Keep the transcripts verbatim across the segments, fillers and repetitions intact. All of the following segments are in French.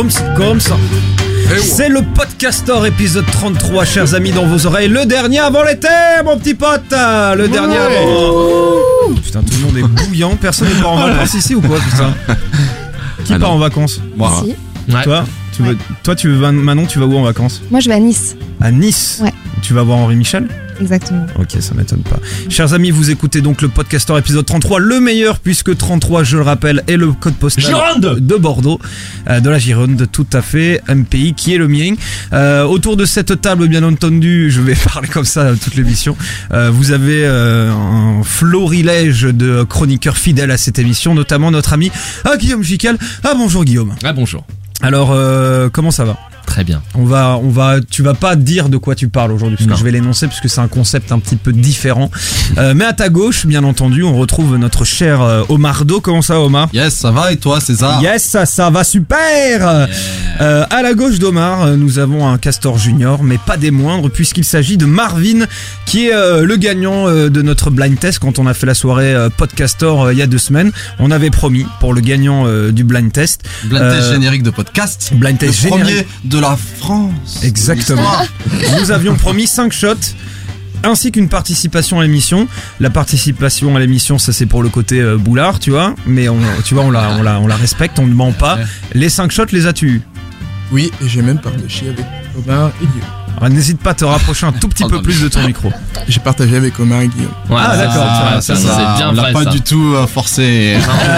comme, comme ça. C'est le Podcastor épisode trente-trois, chers amis, dans vos oreilles. Le dernier avant l'été, mon petit pote. Le dernier avant. Putain, tout le monde est bouillant. Personne n'est pas en vacances ici ou quoi, putain? Qui ah part non. en vacances? Moi. Si. Ouais. Toi, tu veux, ouais. toi, tu veux, Manon, tu vas où en vacances? Moi, je vais à Nice. À Nice? Ouais. Tu vas voir Henri Michel? Exactement. Ok, ça m'étonne pas. Chers amis, vous écoutez donc le Podcastor épisode trente-trois, le meilleur, puisque trente-trois, je le rappelle, est le code postal Gironde de Bordeaux, euh, de la Gironde, tout à fait, un pays qui est le mien. Euh, autour de cette table, bien entendu, je vais parler comme ça toute l'émission. Euh, vous avez euh, un florilège de chroniqueurs fidèles à cette émission, notamment notre ami ah, Guillaume Jiquel. Ah bonjour Guillaume. Ah bonjour. Alors, euh, comment ça va? Très bien. On va, on va, tu vas pas dire de quoi tu parles aujourd'hui, parce que non. je vais l'énoncer, puisque c'est un concept un petit peu différent. Euh, mais à ta gauche, bien entendu, on retrouve notre cher euh, Omar Do. Comment ça, Omar? Yes, ça va, et toi, César? Yes, ça, ça va super. Yeah. Euh, à la gauche d'Omar, euh, nous avons un Castor Junior, mais pas des moindres, puisqu'il s'agit de Marvin, qui est euh, le gagnant euh, de notre blind test quand on a fait la soirée euh, Podcastor euh, il y a deux semaines. On avait promis pour le gagnant euh, du blind test. Blind test Euh, générique de podcast. Blind test le générique. premier de la France. Exactement. Nous avions promis cinq shots ainsi qu'une participation à l'émission. La participation à l'émission, ça c'est pour le côté euh, boulard, tu vois, mais on, tu vois, on la, on la, on la respecte, on ne ment pas. Les cinq shots, les as-tu eu? Oui, et j'ai même partagé avec Omar et Guillaume. Alors, n'hésite pas à te rapprocher un tout petit peu plus de ton micro. J'ai partagé avec Omar et Guillaume. Ouais, Ah, d'accord, ça, ça, ça, Ça, ça, c'est bien on l'a vrai, pas ça. du tout euh, forcé.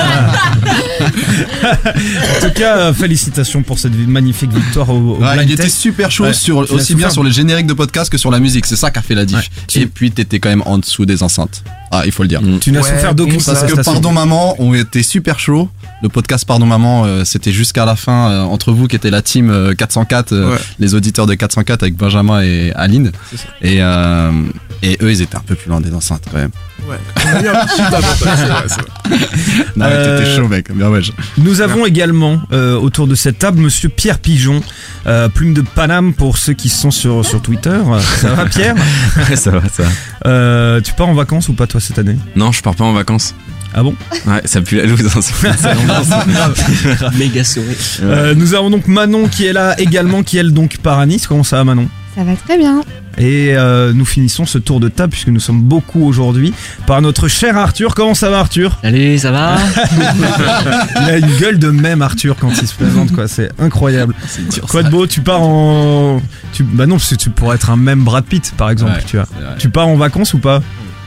En tout cas, euh, félicitations pour cette magnifique victoire au, au Ouais, blind il était test. super chaud, Ouais, sur, tu l'as aussi bien souffert. sur les génériques de podcast que sur la musique. C'est ça qui a fait la diff. Ouais. Tu- Et puis t'étais quand même en dessous des enceintes. Ah, il faut le dire. Mm. Tu n'as Ouais, souffert d'aucune bon, ça, Parce que prestation. Pardon Maman, on était super chaud. Le podcast Pardon Maman, euh, c'était jusqu'à la fin euh, entre vous qui était la team euh, quatre cent quatre, euh, Ouais. les auditeurs de quatre cent quatre avec Benjamin et Aline. C'est ça. Et, euh, et eux, ils étaient un peu plus loin des enceintes quand même. Ouais. On a eu un petit avantage, c'est vrai, c'est vrai. Non, mais Euh, t'étais chaud, mec. Bien ouais. je- Nous avons également euh, autour de cette table Monsieur Pierre Pigeon, euh, plume de Paname pour ceux qui sont sur, sur Twitter. Ça va Pierre? Ouais, ça va, ça va. euh, Tu pars en vacances ou pas toi cette année? Non, je pars pas en vacances. Ah bon? Ouais, ça pue la loose. Hein, ça, ça l'ambiance. Méga sourire. Euh, nous avons donc Manon qui est là également, qui elle donc part à Nice. Comment ça va Manon? Ça va très bien. Et euh, nous finissons ce tour de table, puisque nous sommes beaucoup aujourd'hui, par notre cher Arthur. Comment ça va Arthur? Salut, ça va? Il a une gueule de même Arthur quand il se présente, quoi. C'est incroyable. C'est dur, Quoi ça. de beau? Tu pars en... Tu... Bah non, parce que tu pourrais être un même Brad Pitt par exemple, Ouais, tu vois. c'est vrai. Tu pars en vacances ou pas?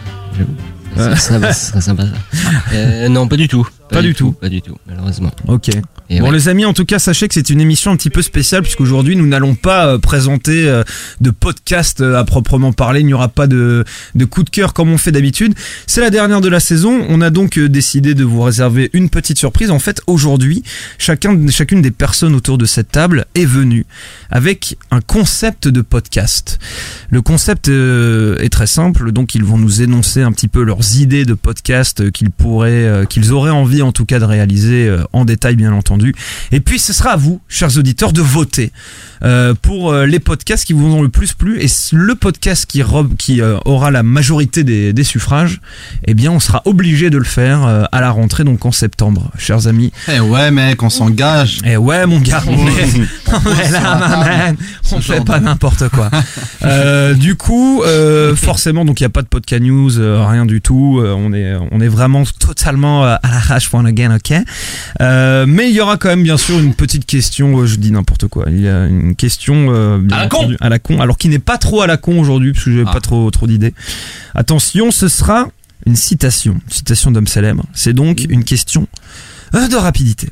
Ça, ça va, ça, ça va. Euh, non, pas du tout. Pas du tout. Pas du tout, malheureusement. Ok. Et Bon ouais. les amis, en tout cas sachez que c'est une émission un petit peu spéciale, puisqu'aujourd'hui nous n'allons pas euh, présenter euh, de podcast euh, à proprement parler. Il n'y aura pas de, de coup de cœur comme on fait d'habitude. C'est la dernière de la saison. On a donc euh, décidé de vous réserver une petite surprise. En fait aujourd'hui, chacun, chacune des personnes autour de cette table est venue avec un concept de podcast. Le concept euh, est très simple, donc ils vont nous énoncer un petit peu leurs idées de podcast euh, qu'ils pourraient, euh, qu'ils auraient envie en tout cas de réaliser euh, en détail bien entendu. Et puis ce sera à vous, chers auditeurs, de voter euh, pour euh, les podcasts qui vous ont le plus plu, et le podcast qui, robe, qui euh, aura la majorité des, des suffrages, eh bien on sera obligé de le faire euh, à la rentrée, donc en septembre, chers amis. Eh ouais, mec, on s'engage. Eh ouais mon gars, on est, on est là, ma man. On Ce fait genre pas de- n'importe quoi. Euh, du coup, euh, forcément, donc il y a pas de podcast news, euh, rien du tout. Euh, on est, on est vraiment totalement euh, à l'arrache for again, ok. Euh, mais il y aura quand même bien sûr une petite question. euh, je dis n'importe quoi. Il y a une question euh, bien À la entendu, à la con, alors qui n'est pas trop à la con aujourd'hui, parce que j'ai Ah. pas trop, trop d'idées. Attention, ce sera une citation, une citation d'homme célèbre. C'est donc une question euh, de rapidité.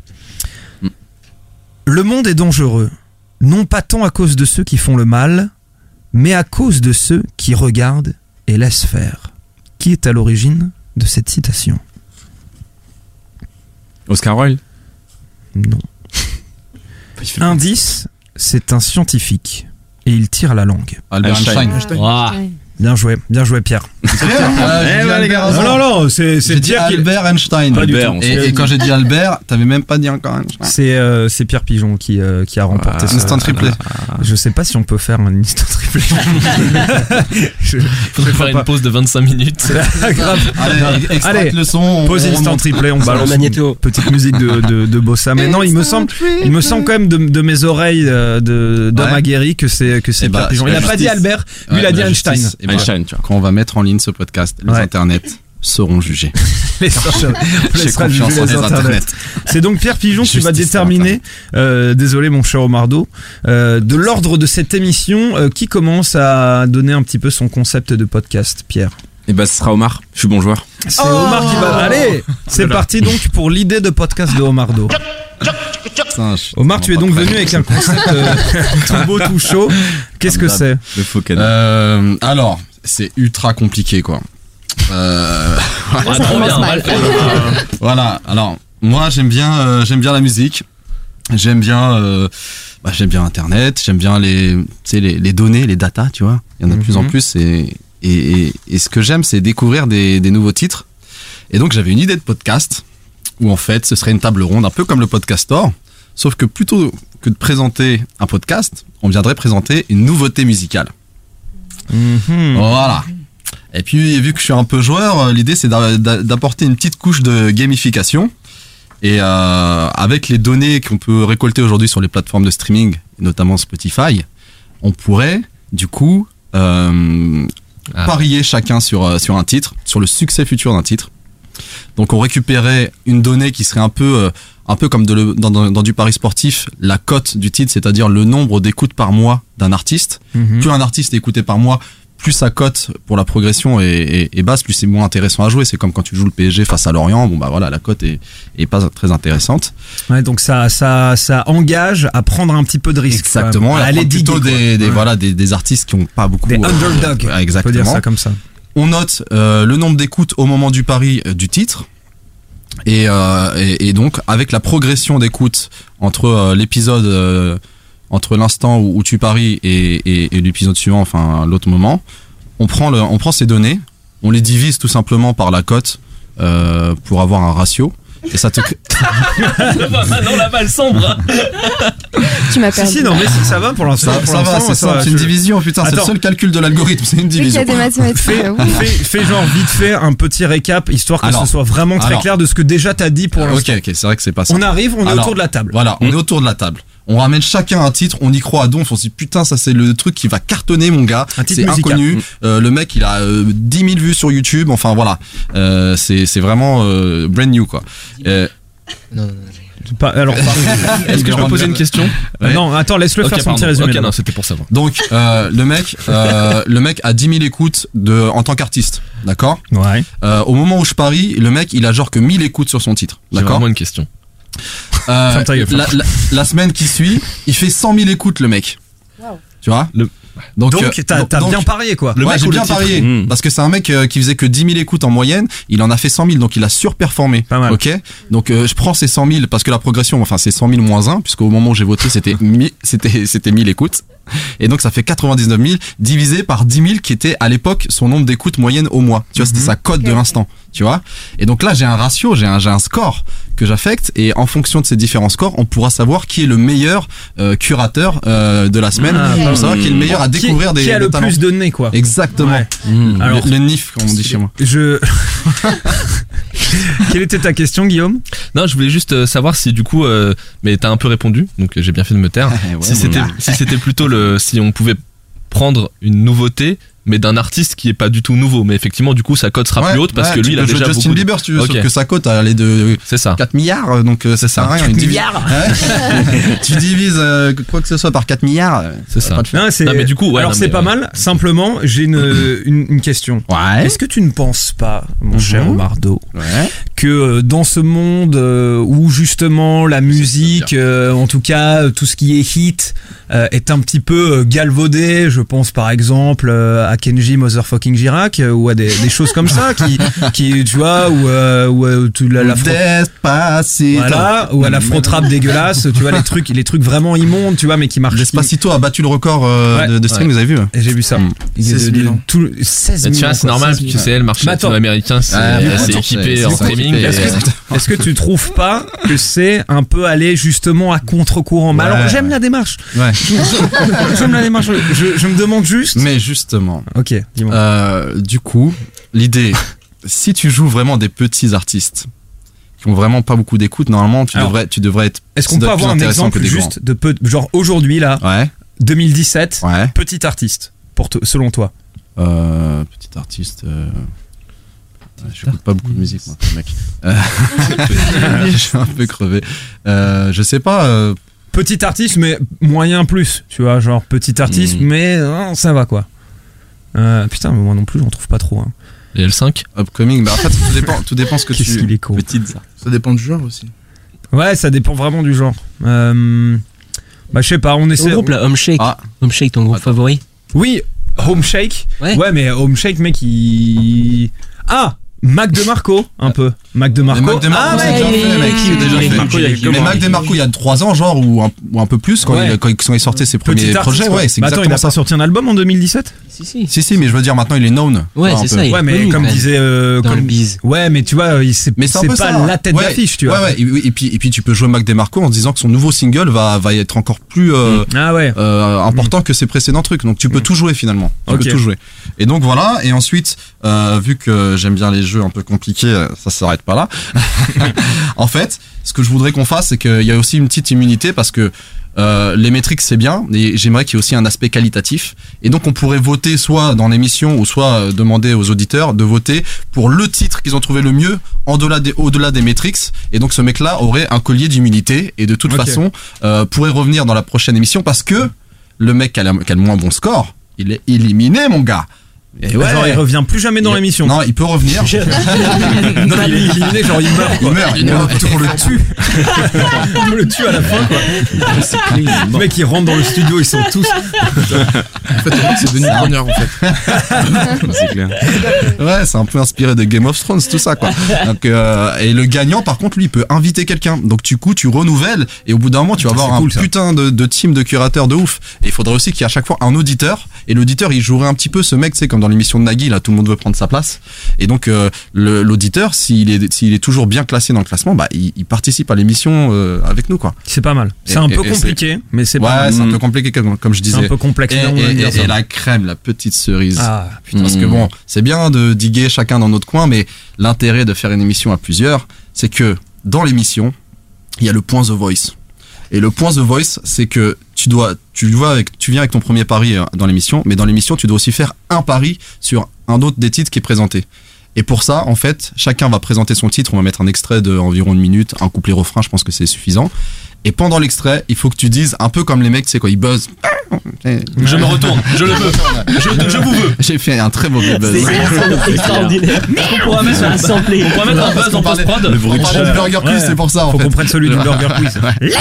Le monde est dangereux, non pas tant à cause de ceux qui font le mal, mais à cause de ceux qui regardent et laissent faire. Qui est à l'origine de cette citation? Oscar Wilde. Non. Indice, c'est un scientifique et il tire la langue. Albert Einstein. Einstein. Ouah. Bien joué, bien joué Pierre. C'est bien. Eh ben, les gars, non, non, non, c'est, c'est J'ai dit Pierre qui... Albert Einstein. Pas du Albert, tout. on Et, et quand j'ai dit Albert, t'avais même pas dit encore Einstein. C'est, euh, c'est Pierre Pigeon qui, euh, qui a remporté Ah, ce Instant triplé. Je sais pas si on peut faire un instant triplé. je, Faudrait faire une pause de vingt-cinq minutes. Grave. Allez, extraite Allez, le son. on- pause on instant remonte. triplé, on Sur le balance magnéto. une petite musique de, de, de bossa. Mais non, il me semble, il me semble quand même de, de mes oreilles euh, de, d'homme Ouais. aguerri que c'est, que c'est Eh Pierre bah, Pigeon. c'est Il a la pas dit justice. Albert, lui il a Ouais, dit la Einstein. justice. Et bah, Einstein, tu vois. Quand on va mettre en ligne ce podcast, les Ouais. internets seront jugés. Les sortes- on J'ai laissera confiance juger en les les internets. internets. C'est donc Pierre Pigeon qui va Justice sur déterminer, euh, désolé mon cher Omardo, euh, de l'ordre de cette émission, euh, qui commence à donner un petit peu son concept de podcast, Pierre. Et bah, ce sera Omar. Je suis bon joueur. C'est Omar qui va... Allez, c'est parti donc pour l'idée de podcast de Omardo. Putain, je suis Omar, tu es donc vraiment pas venu avec un concept euh, tout beau, tout chaud. Qu'est-ce que c'est? Le faux cadeau. Euh, alors, c'est ultra compliqué, quoi. Euh, Ah, trop bien, on va le faire. voilà. Alors, moi, j'aime bien, euh, j'aime bien la musique. J'aime bien, euh, bah, j'aime bien Internet. J'aime bien les, tu sais, les, les données, les datas, tu vois. Il y en a de plus en Mhm. plus. Et, et, et, et ce que j'aime, c'est découvrir des, des nouveaux titres. Et donc, j'avais une idée de podcast où, en fait, ce serait une table ronde, un peu comme le Podcastor. Sauf que plutôt que de présenter un podcast, on viendrait présenter une nouveauté musicale. Mhm. Voilà. Et puis, vu que je suis un peu joueur, euh, l'idée c'est d'a- d'a- d'apporter une petite couche de gamification. Et euh, avec les données qu'on peut récolter aujourd'hui sur les plateformes de streaming, notamment Spotify, on pourrait, du coup, euh, Ah. parier chacun sur, euh, sur un titre, sur le succès futur d'un titre. Donc, on récupérait une donnée qui serait un peu, euh, un peu comme de le- dans, dans, dans du pari sportif, la cote du titre, c'est-à-dire le nombre d'écoutes par mois d'un artiste. Mhm. Plus un artiste est écouté par mois, plus sa cote pour la progression est, est, est basse, plus c'est moins intéressant à jouer. C'est comme quand tu joues le P S G face à Lorient, bon bah voilà, la cote est, est pas très intéressante. Ouais, donc ça, ça, ça engage à prendre un petit peu de risque. Exactement, quoi. et à à aller prendre plutôt diguer, des, des, quoi. Ouais. voilà, des, des artistes qui ont pas beaucoup... Des euh, underdogs. ouais, On peut exactement. dire ça comme ça. On note euh, le nombre d'écoutes au moment du pari euh, du titre. Et, euh, et, et donc, avec la progression d'écoute entre euh, l'épisode, euh, entre l'instant où, où tu paries et, et, et l'épisode suivant, enfin l'autre moment, on prend, le, on prend ces données, on les divise tout simplement par la cote euh, pour avoir un ratio. Et ça te... Non, la balle sombre. Tu m'as Si, perdu. si, non, mais si, ça va pour l'instant. ça, pour ça va, l'instant, c'est ça simple, va. c'est une Je- division, putain, c'est le Attends. seul calcul de l'algorithme, c'est une Dès qu'il y a division. des mathématiques, Fais, euh, oui. fais, fais genre vite fait un petit récap, histoire que Alors, ce soit vraiment très alors. clair de ce que déjà t'as dit pour Ok, l'instant. ok, c'est vrai que c'est pas ça. On arrive, on est Alors, autour de la table. Voilà, on est autour de la table. On ramène chacun un titre, on y croit à donf, on se dit putain ça c'est le truc qui va cartonner mon gars, Un titre c'est musical. inconnu, euh, le mec il a euh, dix mille vues sur YouTube, enfin voilà, euh, c'est c'est vraiment euh, brand new quoi. Euh, Non, non, non. Pas- alors, pardon. Est-ce que je peux poser une question? Ouais. Non, attends, laisse-le Ok, faire son pardon. petit résumé. Ok, d'abord. non, c'était pour savoir. donc euh, le mec euh, le mec a dix mille écoutes de en tant qu'artiste, d'accord. Ouais. Euh, au moment où je parie, le mec il a genre que mille écoutes sur son titre, J'ai d'accord. vraiment une question. Euh, Ferme ta gueule, la, la, la semaine qui suit, il fait cent mille écoutes le mec. Tu vois. Le- Donc, Donc, euh, t'as donc- t'as donc- bien parié, quoi. Le ouais, mec j'ai ou le bien titre parié Mmh. parce que c'est un mec euh, qui faisait que dix mille écoutes en moyenne, il en a fait cent mille donc il a surperformé. Pas mal. OK. Donc euh, je prends ces cent mille parce que la progression enfin c'est cent mille moins un puisqu'au moment où j'ai voté c'était mi- c'était c'était mille écoutes. Et donc ça fait quatre-vingt-dix-neuf mille divisé par dix mille qui était à l'époque son nombre d'écoutes moyenne au mois. Tu vois, c'était Mhm. sa cote Ok, de ok. l'instant, tu vois. Et donc là j'ai un ratio, j'ai un j'ai un score que j'affecte et en fonction de ces différents scores, on pourra savoir qui est le meilleur euh, curateur euh, de la semaine Ah, pour savoir qui est le meilleur à Qui- découvrir des Qui a des le talents. plus de nez, quoi. Exactement. Ouais. Mmh. Alors- le, le N I F comme on dit chez moi. Je. Quelle était ta question, Guillaume? Non, je voulais juste euh, savoir si du coup, euh, mais t'as un peu répondu, donc euh, j'ai bien fait de me taire. Ouais, si bon, c'était, bah. si c'était plutôt le, si on pouvait prendre une nouveauté, mais d'un artiste qui est pas du tout nouveau, mais effectivement du coup sa cote sera Ouais, plus haute parce ouais, que tu lui il a peux jouer déjà Justin beaucoup. de- Bieber si tu veux, Ok. sauf que sa cote elle est de C'est ça. quatre milliards, donc euh, ça sert à rien. Une divi- milliards. Ouais. Tu divises euh, quoi que ce soit par quatre milliards. euh, C'est va ça. pas te faire. Non, c'est. Non, mais du coup, ouais, Alors non, c'est mais, pas euh, mal. Simplement, j'ai une, une, une question. Ouais. Est-ce que tu ne penses pas, mon Mhm. cher Omardo, Ouais. que euh, dans ce monde euh, où justement la musique, euh, en tout cas tout ce qui est hit, euh, est un petit peu euh, galvaudé. Je pense par exemple euh, à Kenji Motherfucking Girac euh, ou à des, des choses comme ça qui, qui tu vois, ou euh, ou euh, tu, la, la Despacito. voilà, ou à la fraude-trappe dégueulasse, tu vois les trucs, les trucs vraiment immondes, tu vois, mais qui marchent. Despacito a battu le record euh, Ouais. de, de stream, Ouais. vous avez vu? Et j'ai vu ça. Mm. Il y a de- seize de- millions. tout- seize Mais tu millions. vois, c'est quoi, normal, seize tu sais, le marché Mais attends. américain, c'est Ah, mais assez attends, équipé c'est- en c'est streaming. équipé, et- Est-ce que, est-ce que tu trouves pas que c'est un peu aller justement à contre-courant? Mais Ouais. alors j'aime la démarche. Ouais. J'aime la démarche. Je, je me demande juste. Mais justement, Ok, dis-moi. euh, du coup, l'idée, si tu joues vraiment des petits artistes qui ont vraiment pas beaucoup d'écoute, normalement, tu Alors, devrais, tu devrais être. Est-ce qu'on ça peut doit être plus avoir un intéressant exemple que des juste de peu, genre aujourd'hui là, grands. Ouais, deux mille dix-sept, ouais. petit artiste, pour te- selon toi? Euh, petit artiste. Euh... ouais, J'écoute pas beaucoup de musique, moi, mec. Euh, je suis un peu crevé. Euh, je sais pas. Euh... Petit artiste, mais moyen plus, tu vois, genre petit artiste, Mm. mais euh, ça va quoi. Euh, putain, mais moi non plus, j'en trouve pas trop. Hein. Et L cinq. Upcoming, bah en fait tout dépend, tout dépend ce que Qu'est-ce tu. qu'il est con. Petite, ça. Ça dépend du genre aussi. Ouais, ça dépend vraiment du genre. Euh, bah je sais pas, on Ton essaie. groupe là, Home Shake. Ah. Home Shake, ton groupe Attends. favori. Oui, Home Shake. Ouais. Ouais, mais Home Shake, mec, il. Ah, Mac DeMarco, un peu. Mac DeMarco. Mais Mac DeMarco, ah, c'est ouais, déjà il- fait, mec, c'est déjà il- fait. Marco, il y a Mais comment Mac DeMarco, il y a trois ans, genre, ou un, ou un peu plus, quand, Ouais. il, quand, il, quand il sortait ses Petit premiers artiste, projets, quoi. ouais, c'est Bah attends, il exactement a pas ça. sorti un album en deux mille dix-sept? Si, si. Si, si, mais je veux dire, maintenant, il est known. Ouais, un c'est peu. ça. il est Ouais, mais connu, comme quand même. disait. euh, Dans comme- le biz. Ouais, mais tu vois, il- c'est Mais c'est un c'est peu pas ça. la tête Ouais, d'affiche, tu vois. Ouais, ouais, et, et puis, et puis tu peux jouer Mac DeMarco en se disant que son nouveau single va, va être encore plus euh, Ah ouais. euh, important que ses précédents trucs. Donc tu peux Mm. tout jouer finalement. Tu Ok. peux tout jouer. Et donc voilà. Et ensuite, euh, vu que j'aime bien les jeux un peu compliqués, euh, ça s'arrête pas là. En fait, ce que je voudrais qu'on fasse, c'est qu'il y a aussi une petite immunité parce que euh, les métriques c'est bien, mais j'aimerais qu'il y ait aussi un aspect qualitatif. Et donc on pourrait voter soit dans l'émission ou soit euh, demander aux auditeurs de voter pour le titre qu'ils ont trouvé le mieux en delà des, au-delà des métriques. Et donc ce mec-là aurait un collier d'immunité et de toute Ok. façon euh, pourrait revenir dans la prochaine émission parce que le mec qui a, la- qui a le moins bon score, il est éliminé, mon gars. Et ouais. Genre, il revient plus jamais dans Il- l'émission. Non, il peut revenir. Non, il est éliminé, genre il meurt. Il quoi. meurt. Il meurt. On le tue. On le tue à la fin, quoi. Le mec, il rentre dans le studio, ils sont tous. En fait, le mec, c'est devenu preneur, en fait. C'est clair. Ouais, c'est un peu inspiré de Game of Thrones, tout ça, quoi. Donc, euh, et le gagnant, par contre, lui, il peut inviter quelqu'un. Donc, du coup, tu renouvelles et au bout d'un moment, tu vas Ça, avoir c'est un cool, ça. putain de, de team de curateurs de ouf. Et il faudrait aussi qu'il y ait à chaque fois un auditeur. Et l'auditeur, il jouerait un petit peu ce mec, tu sais, comme dans l'émission de Nagui, là, tout le monde veut prendre sa place. Et donc, euh, le- l'auditeur, s'il est, s'il est toujours bien classé dans le classement, bah, il, il participe à l'émission euh, avec nous, quoi. C'est pas mal. C'est Et- un et- peu et compliqué, mais c'est Ouais, pas mal. c'est un peu compliqué, comme, comme je C'est disais. un peu complexe. Et, mais on aime et- bien et- ça. et la crème, la petite cerise. Ah, putain. Parce que bon, c'est bien de diguer chacun dans notre coin, mais l'intérêt de faire une émission à plusieurs, c'est que dans l'émission, il y a le point The Voice. Et le point The Voice, c'est que tu dois, tu vois avec, tu viens avec ton premier pari euh, dans l'émission, mais dans l'émission, tu dois aussi faire un pari sur un autre des titres qui est présenté. Et pour ça, en fait, chacun va présenter son titre. On va mettre un extrait de environ une minute, un couplet refrain. Je pense que c'est suffisant. Et pendant l'extrait, il faut que tu dises un peu comme les mecs, tu sais quoi, ils buzzent. Je me retourne, je le veux. Je, je vous veux. J'ai fait un très mauvais buzz. C'est extraordinaire. On pourra mettre, Un samplé. on pourra mettre un buzz en post-prod. On parlait de Burger Quiz, Ouais. c'est pour ça en Faut fait. qu'on prenne celui du Burger Quiz.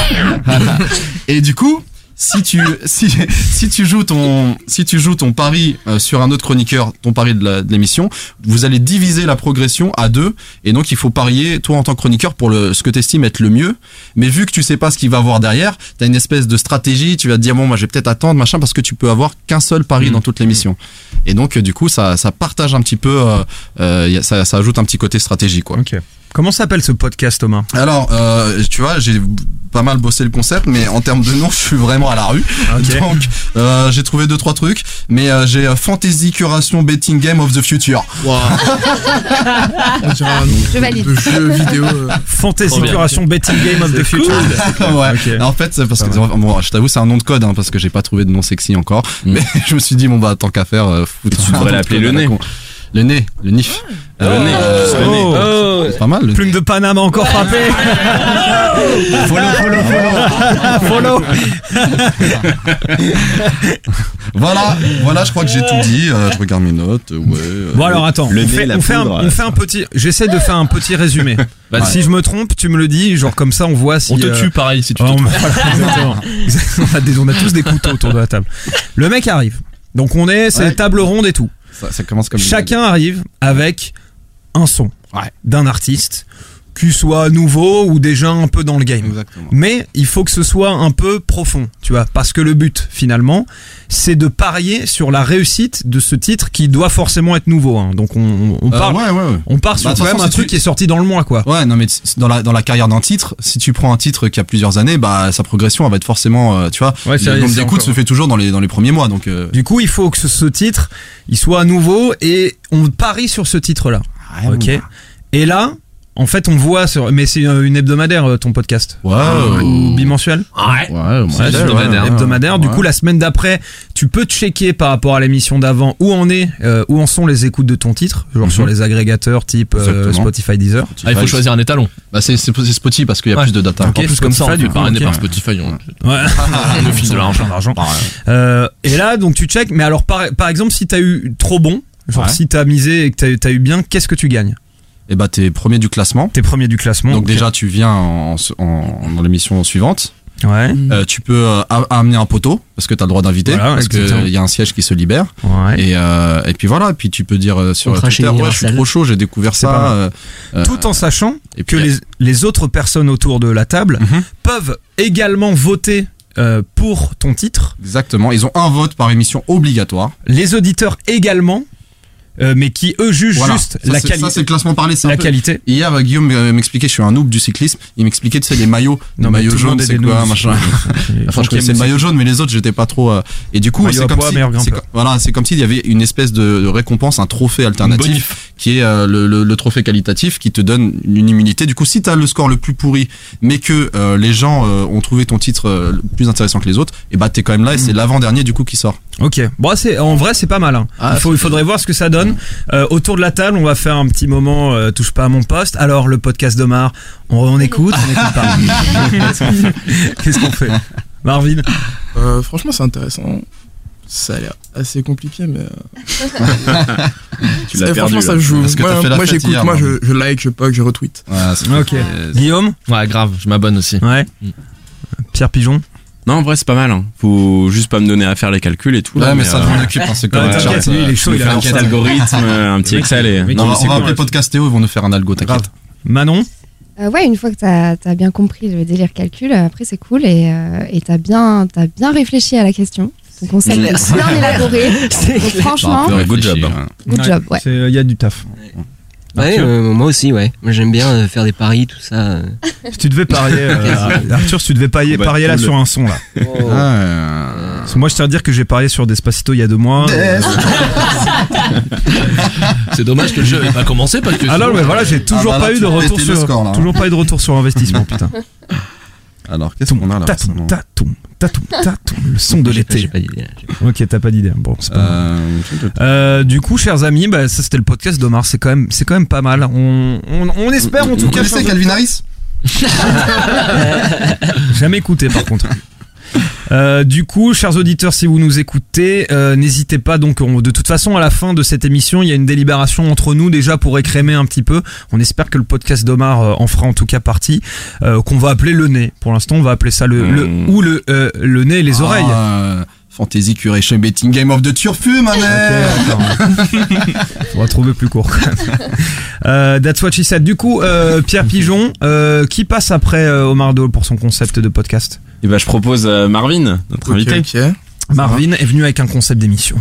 Et du coup, si tu si si tu joues ton si tu joues ton pari euh, sur un autre chroniqueur, ton pari de la- de l'émission, vous allez diviser la progression à deux et donc il faut parier toi en tant que chroniqueur pour le ce que t'estimes être le mieux. Mais vu que tu sais pas ce qu'il va avoir derrière, t'as une espèce de stratégie. Tu vas te dire bon, moi je vais peut-être attendre machin parce que tu peux avoir qu'un seul pari dans toute l'émission. Et donc euh, du coup ça ça partage un petit peu, euh, euh, y a- ça ça ajoute un petit côté stratégie quoi. Ok. Comment s'appelle ce podcast, Thomas? Alors, euh, tu vois, j'ai pas mal bossé le concept, mais en termes de nom, je suis vraiment à la rue. Ok. Donc, euh, j'ai trouvé deux trois trucs, mais euh, j'ai euh, Fantasy Curation Betting Game of the Future. On dirait un nom Je valide. de jeu vidéo. euh, Fantasy Trop bien. Curation Betting Game of the Future. Ouais. Ok. En fait, c'est parce que bon, je t'avoue, c'est un nom de code, hein, parce que j'ai pas trouvé de nom sexy encore. Mais je me suis dit bon bah tant qu'à faire, euh, foutre Tu un devrais nom de l'appeler code le à la nez. con. Le nez, le nif. Oh, Euh, le nez, euh, le nez. oh. C'est pas mal. Le Plume de Paname a encore frappé. follow, follow, follow. Follow. Voilà, voilà, je crois que j'ai tout dit. Euh, je regarde mes notes. Ouais. euh, Bon alors attends, le on, nez, fait, la on, fait un, poudre, on fait un petit. J'essaie de faire un petit résumé. Vas-y. Si je me trompe, tu me le dis, genre comme ça on voit si. On te euh, tue pareil si tu Ouais, te on, trompes. voilà, exactement. on, a des- on a tous des couteaux autour de la table. Le mec arrive. Donc on est, c'est Ouais. table ronde et tout. Ça, ça commence comme. Chacun arrive avec un son Ouais. d'un artiste, qu'il soit nouveau ou déjà un peu dans le game. Exactement. Mais il faut que ce soit un peu profond, tu vois, parce que le but finalement, c'est de parier sur la réussite de ce titre qui doit forcément être nouveau. Hein. Donc on, on, on Euh, parle, ouais, ouais, ouais. on part sur Bah, de quand toute même façon, un si truc tu- qui est sorti dans le mois, quoi. Ouais, non, mais c- dans la, dans la carrière d'un titre, si tu prends un titre qui a plusieurs années, bah, sa progression, elle va être forcément, euh, tu vois, Ouais, c'est- le nombre c'est d'écoutes encore- se fait toujours dans les, dans les premiers mois, donc, euh, Du coup, il faut que ce, ce titre, il soit nouveau et on parie sur ce titre-là. Ok. Et là, en fait, on voit sur, mais c'est une hebdomadaire euh, ton podcast. ouais, ouais, Ou bimensuel. Ouais. ouais, Ouais, ouais, hebdomadaire. ouais, hebdomadaire. Du ouais. coup, la semaine d'après, tu peux checker par rapport à l'émission d'avant où en est, euh, où en sont les écoutes de ton titre, genre Mhm. sur les agrégateurs type euh, Exactement. Spotify, Deezer. Ah, il faut choisir un étalon. Bah, c'est, c'est, c'est Spotify parce qu'il y a Ouais. plus de data. Ok. En plus, comme ça, on Spotify, fait du coup, parrainer ok. par Spotify. On... Ouais. on nous file de l'argent. d'argent. Euh, et là, donc tu check. Mais alors, par, par exemple, si t'as eu trop bon, genre Ouais. si t'as misé et que t'as, t'as eu bien, qu'est-ce que tu gagnes? Et bah, t'es premier du classement. T'es premier du classement. Donc ok. déjà, tu viens en, en- dans l'émission suivante. Ouais. Euh, tu peux euh, a- amener un poteau parce que t'as le droit d'inviter, Voilà, parce exactement. qu'il y a un siège qui se libère. Ouais. Et, euh, et puis voilà, et puis tu peux dire euh, sur Contrat Twitter, chez ouais, je suis Universal. trop chaud, j'ai découvert C'est pas ça. mal. euh, euh, Tout en sachant et que puis, les, les autres personnes autour de la table Mhm. peuvent également voter euh, pour ton titre. Exactement, ils ont un vote par émission obligatoire. Les auditeurs également, euh, mais qui eux jugent Voilà. juste Ça, la, c'est- quali- ça, c'est le classement parlé. C'est un la peu- qualité. Hier, euh, Guillaume euh, m'expliquait, je suis un noob du cyclisme, il m'expliquait, tu sais, les maillots, les mais maillots tout le monde jaunes, est c'est des quoi, noobs. machin. Enfin, je connaissais le maillot jaune, mais les autres, j'étais pas trop. euh, Et du coup, Maillot c'est à comme poids, si, meilleur c'est grimpeur. co- voilà, c'est comme s'il y avait une espèce de, de récompense, un trophée alternatif, qui est euh, le, le, le trophée qualitatif, qui te donne une immunité. Du coup, si t'as le score le plus pourri, mais que euh, les gens euh, ont trouvé ton titre euh, plus intéressant que les autres, et bah t'es quand même là, et c'est l'avant-dernier du coup qui sort. Ok, bon, c'est, en vrai c'est pas mal. Hein. Ah, il, faut, il faudrait voir ce que ça donne. Euh, autour de la table, on va faire un petit moment euh, touche pas à mon poste. Alors le podcast d'Omar, on, on écoute, on écoute pas. Qu'est-ce qu'on fait, Marvin? Euh, franchement, c'est intéressant. Ça a l'air assez compliqué, mais. euh, Tu l'as eh, perdu. franchement, ça là. joue. Parce que t'as Moi, fait la moi fête j'écoute, hier, moi je, Marvin. je like, je poke, je retweet. Voilà, c'est- Ok. euh, Guillaume? Ouais, grave, je m'abonne aussi. Ouais. Mm. Pierre Pigeon? Non, en vrai, c'est pas mal. Hein. Faut juste pas me donner à faire les calculs et tout. Ouais, là, mais ça euh, t'en occupe, hein, c'est comme Ouais, un t'inquiète, chat, lui, il est euh, chaud, me il a faire un la petit force. algorithme, euh, un petit mec, Excel et. le mec, Non, il on sait va quoi, appeler Podcast Théo, ils vont nous faire un algo, t'inquiète. Manon? Euh, ouais, une fois que t'as as bien compris le délire calcul, après c'est cool et euh, et t'as bien t'as bien réfléchi à la question. Ton concept est Merci. bien élaboré. Donc franchement, Bah, un peu good réfléchi, job, hein. good job. Ouais. Il y a du taf. Ouais, Arthur euh, moi aussi, ouais. Moi, j'aime bien euh, faire des paris, tout ça. euh. Si tu devais parier, euh, Arthur, si tu devais parier, On va parier là être cool. sur un son là. Ah, euh, Parce que moi, je tiens à dire que j'ai parié sur Despacito il y a deux mois. C'est dommage que le jeu ait pas commencé parce que. Ah non, mais voilà, j'ai toujours Ah bah là, pas eu tu de peux retour péter le sur, score, là. toujours pas eu de retour sur investissement, putain. Alors, qu'est-ce qu'on a là Tatoum, récemment tatoum, tatoum, tatoum, le son de J'ai pas- j'ai l'été. pas d'idée. là, j'ai pas- Ok, t'as pas d'idée. Bon, c'est pas grave. Euh, Euh, du coup, chers amis, bah, ça c'était le podcast d'Omar. C'est quand même, c'est quand même pas mal. On, on, on espère en tout Vous cas. connaissez Calvin Harris? Jamais écouté par contre. Euh, du coup, chers auditeurs, si vous nous écoutez, euh, n'hésitez pas. Donc, on- de toute façon, à la fin de cette émission, il y a une délibération entre nous déjà pour écrémer un petit peu. On espère que le podcast d'Omar euh, en fera en tout cas partie, euh, qu'on va appeler le nez. Pour l'instant, on va appeler ça le, le Mmh. ou le euh, le nez et les oreilles. Ah, Fantasy Curation Betting Game of the Turfu, ma mère. On va trouver plus court. quand même. euh, that's what she said. Du coup, euh, Pierre Pigeon, euh, qui passe après euh, Omar Dole pour son concept de podcast? Et bah, je propose euh, Marvin, notre Ok, invité. ok. Marvin est venu avec un concept d'émission.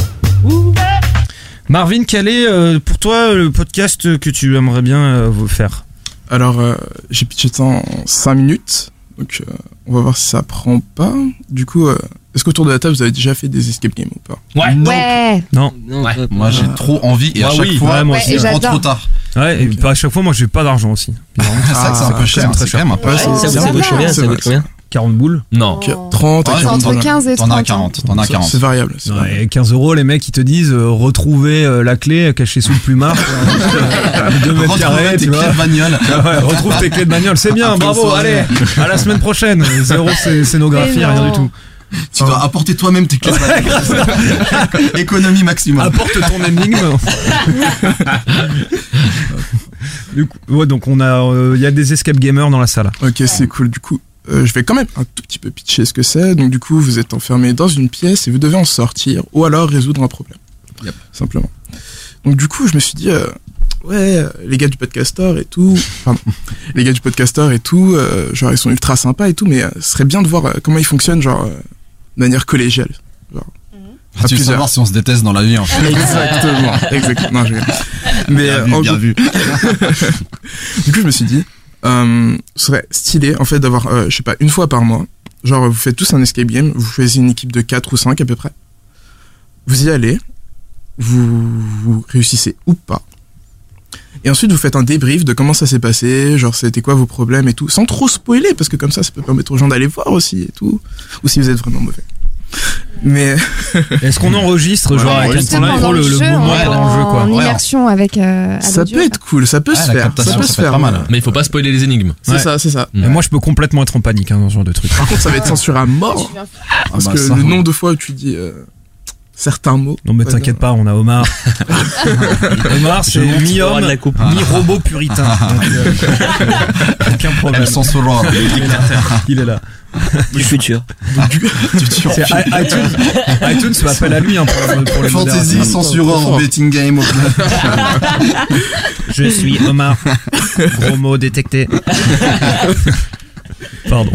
Marvin, quel est euh, pour toi le podcast que tu aimerais bien euh, vous faire? Alors, euh, j'ai pitché ça en cinq minutes. Donc, euh, on va voir si ça prend pas. Du coup, euh, est-ce qu'autour de la table, vous avez déjà fait des escape games ou pas? Ouais. Non. Ouais. Non. Non, Ouais. pas- Moi, j'ai trop envie et à Moi, chaque oui. fois, Ouais, moi Ouais, aussi. et je prends j'adore. trop tard. Ouais, et puis à chaque fois, moi, j'ai pas d'argent aussi. C'est vrai que c'est un Ah, peu cher, très c'est quand même un peu Ouais, cher. Ça, Ça ça va. coûte combien? C'est Ça vrai, coûte combien? quarante boules. Non. Oh. trente à Ouais, C'est quarante. entre t'en as- quinze et T'en as trente. quarante. T'en as C'est- quarante. C'est variable. c'est Ouais, variable. et quinze euros, les mecs, ils te disent euh, retrouver euh, la clé cachée sous le plumard. euh, deux mètres carrés, Retrouver tes tu vois. clés de bagnole. Ah ouais, retrouve tes clés de bagnole, c'est bien, Après bravo, une soirée. allez, à la semaine prochaine. Zéro scé- scénographie, Mais rien non. du tout. Tu dois apporter toi-même tes clés de bagnole. Économie maximum. Apporte ton énigme. Du coup, ouais, donc on a, il y a des escape gamers dans la salle. Ok, c'est cool. Du coup, euh, je vais quand même un tout petit peu pitcher ce que c'est. Donc, du coup, vous êtes enfermé dans une pièce et vous devez en sortir ou alors résoudre un problème. Yep. Simplement. Donc, du coup, je me suis dit, euh, ouais, euh, les gars du podcaster et tout, pardon, les gars du podcaster et tout, euh, genre, ils sont ultra sympas et tout, mais euh, ce serait bien de voir euh, comment ils fonctionnent, genre, euh, de manière collégiale. Ah, tu veux plusieurs. savoir si on se déteste dans la vie, en fait. Exactement, exactement. Non, je rigole. Mais Bien euh, vu, en bien gros- vu. Du coup, je me suis dit, euh, ce serait stylé, en fait, d'avoir, euh, je sais pas, une fois par mois, genre, vous faites tous un escape game, vous choisissez une équipe de quatre ou cinq à peu près, vous y allez, vous, vous réussissez ou pas, et ensuite vous faites un débrief de comment ça s'est passé, genre, c'était quoi vos problèmes et tout, sans trop spoiler, parce que comme ça, ça peut permettre aux gens d'aller voir aussi et tout, ou si vous êtes vraiment mauvais. Mais, Est-ce qu'on enregistre, genre, avec un Juste temps pendant micro, le, le, le jeu, mouvement en, pendant le jeu, quoi. en Ouais. immersion avec euh, à ça l'audio, peut être cool, ça peut Ah, se la faire, captation, ça peut ça se peut être faire. pas mal. Mais il faut pas spoiler les énigmes. C'est Ouais. ça, c'est ça. Et moi, je peux complètement être en panique hein, dans ce genre de truc. Par contre, ça va être censuré à mort. Parce bah, que ça, le oui. nombre de fois où tu dis euh, certains mots. Non, mais Ouais, t'inquiète non. pas, on a Omar. Omar, c'est monte, il aura mi-homme, de la coupe. mi-robot puritain. Donc, euh, aucun problème. Elles sont sur l'ordre. Il est là. Du futur. C'est I- iTunes, iTunes fait appel à lui hein, pour, pour les Fantasy, modérateurs. censureur, betting game. Je suis Omar. Gros mot détecté. Pardon.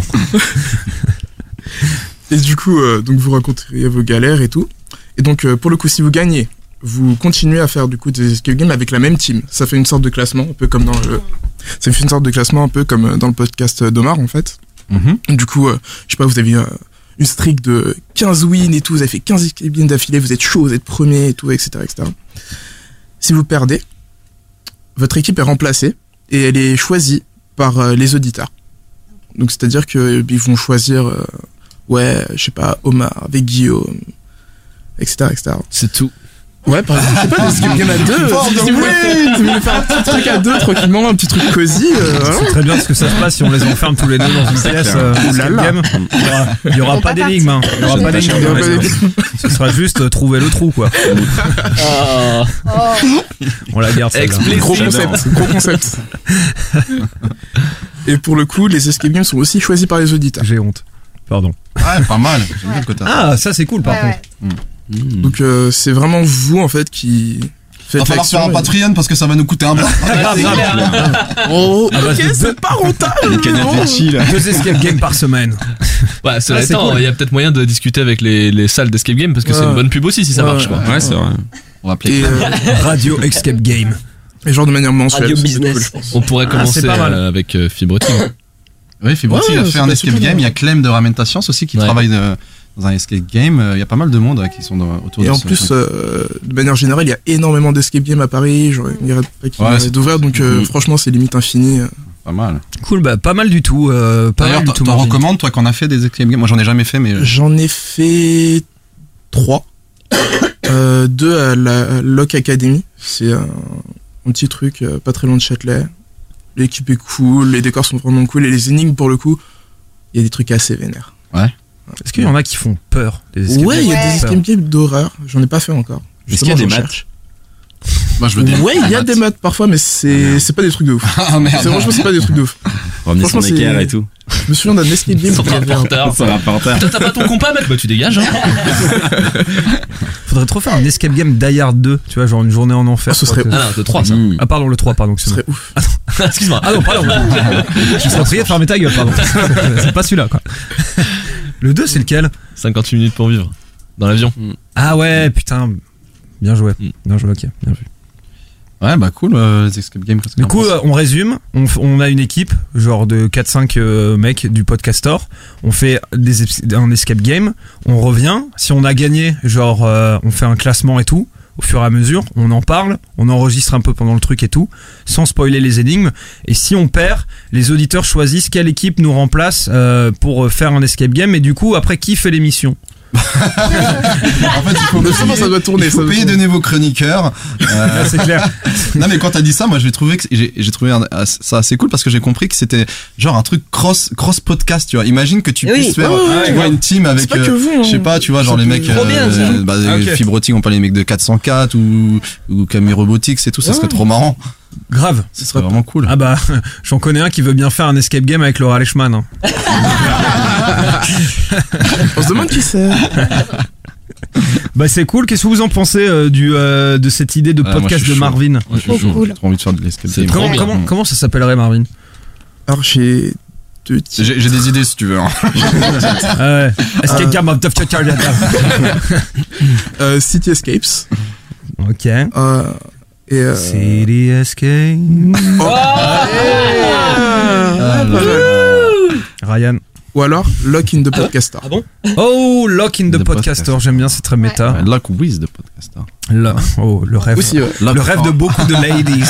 Et du coup, euh, donc vous raconteriez vos galères et tout. Et donc, euh, pour le coup, si vous gagnez, vous continuez à faire du coup des escape games avec la même team. Ça fait une sorte de classement, un peu comme dans le. Ça fait une sorte de classement, un peu comme dans le podcast d'Omar en fait. Mhm. Du coup, euh, je sais pas, vous avez euh, une streak de quinze wins et tout, vous avez fait quinze escape games d'affilée, vous êtes chaud, vous êtes premier et tout, et cetera, et cetera. Si vous perdez, votre équipe est remplacée et elle est choisie par euh, les auditeurs. Donc c'est-à-dire que euh, ils vont choisir, euh, ouais, je sais pas, Omar avec Guillaume, et cetera, et cetera. C'est tout. Ouais, par exemple, je sais pas, des escape games à deux. For Si the vous voulez, si vous voulez faire un petit truc à deux, tranquillement, un petit truc cosy. Euh, voilà. C'est très bien ce que ça se passe si on les enferme tous les deux dans une pièce. Euh, Ouh là escape là. game. Il y aura, il y aura Faut pas pas d'énigme. Hein. Il y aura pas d'énigme. Il y aura dans pas les- d'énigme. Ce sera juste euh, trouver le trou, quoi. Ah. On la garde, celle-là. Explicite. Gros concept, gros concept. Et pour le coup, les escape games sont aussi choisis par les auditeurs. J'ai honte. Pardon. Ouais, pas mal. J'aime bien le côté. Ah, ça c'est cool par Ouais, contre. ouais. Hmm. Donc euh, c'est vraiment vous en fait qui faites Va falloir l'action. faire un et- Patreon parce que ça va nous coûter un bras. Grave, grave. Oh, Ah bah, ok, c'est c'est pas rentable. Deux escape games par semaine. Ouais, cela Ah, c'est étant, cool. il y a peut-être moyen de discuter avec les, les salles d'escape game parce que c'est Ouais. une bonne pub aussi si ça Ouais, marche. Quoi. Ouais, c'est vrai. On va appeler. Et, euh, Radio Escape Game. et genre de manière mensuelle. Radio ça, c'est business. cool, je pense. On pourrait Ah, commencer c'est pas mal. euh, avec euh, Fibre Team. Oui, Fibrotti Ouais, a c'est fait un pas escape super game. bien. Il y a Clem de Ramène ta Science aussi qui Ouais. travaille de- dans un escape game. Il y a pas mal de monde euh, qui sont dans- autour Et de en ce plus, truc. euh, de manière générale, il y a énormément d'escape games à Paris. Genre, il n'y a pas qui Ouais, arrête c'est- d'ouvrir, donc euh, Mhm. franchement, c'est limite infini. euh. Pas mal. Cool, bah pas mal du tout. Euh, pas D'ailleurs, mal du t'en tout. t'en Marvin. recommandes, toi, qu'on a fait des escape games? Moi, j'en ai jamais fait, mais. J'en ai fait trois. euh, deux à la Lock Academy. C'est un, un petit truc euh, pas très loin de Châtelet. L'équipe est cool, les décors sont vraiment cool et les énigmes, pour le coup, il y a des trucs assez vénères. Est-ce qu'il y en a qui font peur des escape Ouais, il y a Ouais. des escape games d'horreur. J'en ai pas fait encore. Est-ce qu'il y a Justement, des j'en maths cherche. Moi, je veux dire. Ouais, il y a des maths parfois, mais c'est c'est pas des trucs de ouf. Ah merde. C'est franchement, c'est pas des trucs de ouf. Ramener son Franchement, c'est- équerre et tout. Je me souviens d'un escape game. Son où il y avait un- rapporteur. Ça va pas en terre. Putain, t'as pas ton compas, mec? Bah, tu dégages, hein. Faudrait trop faire un escape game Die Hard deux, tu vois, genre une journée en enfer. Ah, ce serait Quoi que- Ah non, c'est trois, ça. Mmh. Ah pardon, le trois, pardon, Ce excuse-moi. serait ouf. Excuse-moi. Ah non, pardon. Je serais prié de fermer ta gueule, pardon. C'est pas celui-là, quoi. Le deux, c'est lequel? cinquante-huit minutes pour vivre. Dans l'avion. Ah ouais, putain. Bien joué. Mm. Bien joué, ok. Bien vu. Ouais, bah cool, euh, les escape games. qu'est-ce Du qu'on coup, pense euh, on résume. On, f- on a une équipe, genre de quatre cinq euh, mecs du podcaster. On fait des, eps- un escape game. On revient. Si on a gagné, genre, euh, on fait un classement et tout. au fur et à mesure, on en parle, on enregistre un peu pendant le truc et tout, sans spoiler les énigmes. Et si on perd, les auditeurs choisissent quelle équipe nous remplace euh, pour faire un escape game. Et du coup, après, qui fait l'émission ? En fait, il faut, Le moment, ça doit tourner, il faut ça doit payer tourner. de nouveaux chroniqueurs. Euh, C'est clair. non, mais quand t'as dit ça, moi, j'ai trouvé que j'ai, j'ai trouvé un- ça assez cool parce que j'ai compris que c'était genre un truc cross cross podcast. Tu vois, imagine que tu Oui. puisses faire, Ouais, tu ouais, vois, grave. une team avec, C'est pas que euh, vous, hein. je sais pas, tu vois, genre Ça les peut- mecs, Trop bien, ça. bah, Ah, ok. Fibrotique, on parle les mecs de quatre cent quatre ou ou Camille Robotics et tout, ça Ouais. serait trop marrant. Grave. Ce serait vraiment cool. Ah bah, j'en connais un qui veut bien faire un escape game avec Laura Lechman. Hein. On se demande qui c'est. Bah c'est cool. Qu'est-ce que vous en pensez euh, du euh, de cette idée de Ah, moi, podcast je suis de chaud. Marvin? Moi, je suis Trop chaud. cool. J'ai trop envie de faire de l'escape C'est game. trop Comment, bien. comment, comment ça s'appellerait, Marvin? Alors, j'ai deux titres. J'ai, j'ai des idées si tu veux. Hein. Ah ouais. Escape game of the Euh, City Escapes. Ok. Euh, et euh, City Escape. ah, pas mal. Ryan. Ou alors Lock in the Podcaster. Ah bon? Oh, Lock in the, The podcaster. Podcaster. J'aime bien, c'est très méta. Ouais, Lock with the podcaster. Là. Oh, le rêve. Aussi, ouais. Le rêve de beaucoup de ladies.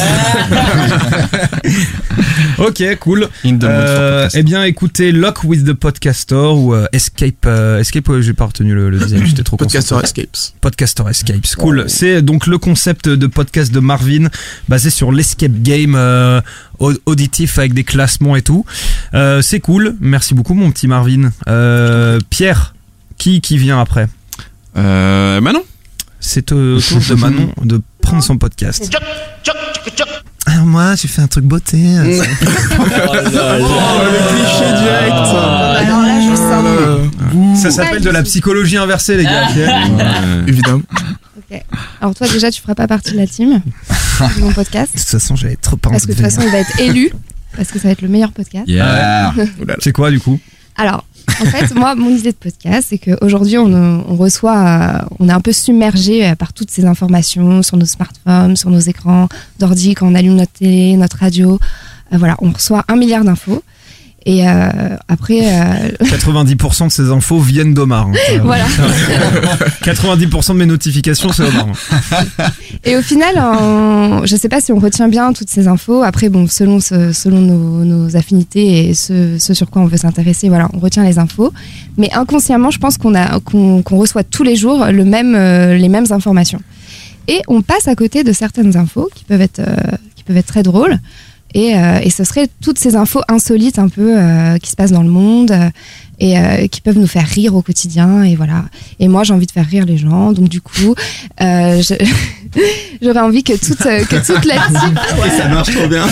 Ok, cool. In the mood for Euh, podcast. eh bien, écoutez, Lock with the Podcaster ou euh, Escape. euh, Escape, ouais, j'ai pas retenu le, le deuxième, j'étais trop Podcaster concentré. Escapes. Podcaster Escapes, cool. C'est donc le concept de podcast de Marvin, basé sur l'escape game euh, au- auditif avec des classements et tout. Euh, c'est cool. Merci beaucoup, mon petit Marvin. Euh, Pierre, qui qui vient après? Euh, bah non. C'est au au tour de Manon de prendre son podcast. Alors moi, j'ai fait un truc beauté. euh, Oh, le cliché direct. Alors là, je sens. Ça s'appelle de la psychologie inversée, les gars. ok Euh, Évidemment. Ok. Alors toi, déjà, tu feras pas partie de la team de mon podcast. De toute façon, j'avais trop pas Parce envie que de de toute façon, venir. il va être élu. Parce que ça va être le meilleur podcast. Yeah. C'est quoi, du coup? Alors, en fait, moi, mon idée de podcast, c'est qu'aujourd'hui, on, on reçoit, euh, on est un peu submergé euh, par toutes ces informations sur nos smartphones, sur nos écrans d'ordi, quand on allume notre télé, notre radio. Euh, voilà, on reçoit un milliard d'infos. Et euh, après, euh, quatre-vingt-dix pour cent de ces infos viennent d'Omar. hein. Euh, voilà. quatre-vingt-dix pour cent de mes notifications, c'est Omar. Et au final, on, je sais pas si on retient bien toutes ces infos. Après, bon, selon ce- selon nos, nos affinités et ce, ce sur quoi on veut s'intéresser, voilà, on retient les infos. Mais inconsciemment, je pense qu'on a qu'on qu'on reçoit tous les jours le même euh, les mêmes informations. Et on passe à côté de certaines infos qui peuvent être euh, qui peuvent être très drôles. Et, euh, et ce serait toutes ces infos insolites un peu euh, qui se passent dans le monde euh, et euh, qui peuvent nous faire rire au quotidien. Et voilà. Et moi, j'ai envie de faire rire les gens. Donc du coup, euh, je- j'aurais envie que toute, euh, que toute la team... Ça marche trop bien.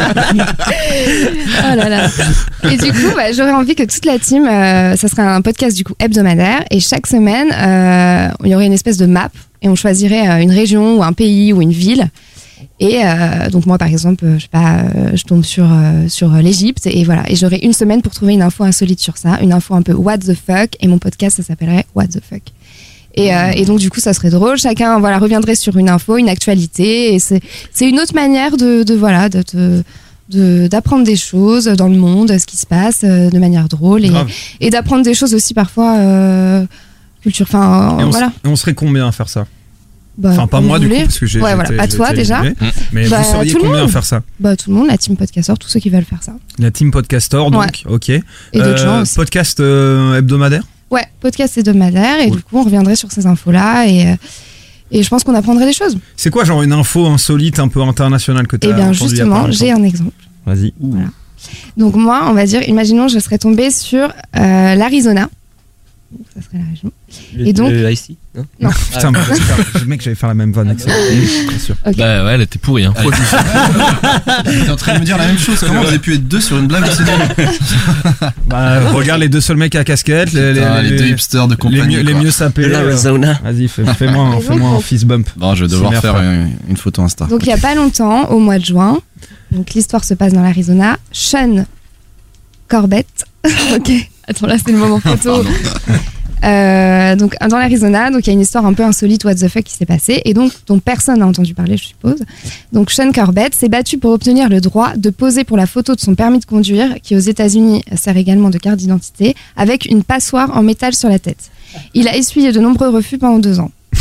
Oh là là. Et du coup, bah, j'aurais envie que toute la team, euh, ça serait un podcast du coup hebdomadaire. Et chaque semaine, euh, il y aurait une espèce de map et on choisirait euh, une région ou un pays ou une ville. Et euh, donc moi par exemple, euh, je sais pas, euh, je tombe sur euh, sur euh, l'Égypte et voilà, et j'aurai une semaine pour trouver une info insolite sur ça, une info un peu what the fuck, et mon podcast ça s'appellerait What the fuck. Et, euh, et donc du coup ça serait drôle, chacun voilà reviendrait sur une info, une actualité, et c'est c'est une autre manière de de voilà de, de de- d'apprendre des choses dans le monde, ce qui se passe euh, de manière drôle et, Grave. et d'apprendre des choses aussi parfois euh, culture, enfin Et on, voilà. s- et on serait combien à faire ça? Bah, Enfin, pas comme moi vous du coup, voulez. parce que j'ai. Ouais, voilà. j'étais- À toi, j'étais déjà. éligible. Mais Bah, vous seriez tout le combien à monde. faire ça? Bah tout le monde, la team podcasteur, tous ceux qui veulent faire ça. La team podcaster, donc, Ouais. ok. Et d'autres Euh, gens aussi. Podcast euh, hebdomadaire? Ouais, podcast hebdomadaire et Cool. du coup on reviendrait sur ces infos-là et, euh, et je pense qu'on apprendrait des choses. C'est quoi, genre une info insolite un peu internationale que tu as Et bien justement, j'ai un exemple. Vas-y. Donc moi, on va dire, imaginons je serais tombée sur euh, l'Arizona. Donc, ça serait la région. Le, Et donc- le Ice Tea, non? Non. Putain, mais j'espère- le mec, j'allais faire la même vanne avec ça. Bien sûr. Ok. Bah ouais, elle était pourrie. Hein. T'es en train de me dire la même chose. Comment vous avez pu être deux sur une blague aussi drôle? Bah, regarde les deux seuls mecs à casquette, les, les, Putain, les les- deux hipsters de les compagnie. mieux, les quoi. mieux sapés. L'Arizona. Vas-y, fais- fais-moi un- Et donc, fais-moi un on- fist bump. Bon, je vais devoir C'est faire merde, une, une photo Insta. Donc il y a pas longtemps, au mois de juin, donc l'histoire se passe dans l'Arizona, Sean Corbett. Ok, attends là c'est le moment photo. Euh, donc dans l'Arizona, donc il y a une histoire un peu insolite what the fuck qui s'est passée et donc dont personne n'a entendu parler, je suppose. Donc Sean Corbett s'est battu pour obtenir le droit de poser pour la photo de son permis de conduire, qui aux États-Unis sert également de carte d'identité, avec une passoire en métal sur la tête. Il a essuyé de nombreux refus pendant deux ans.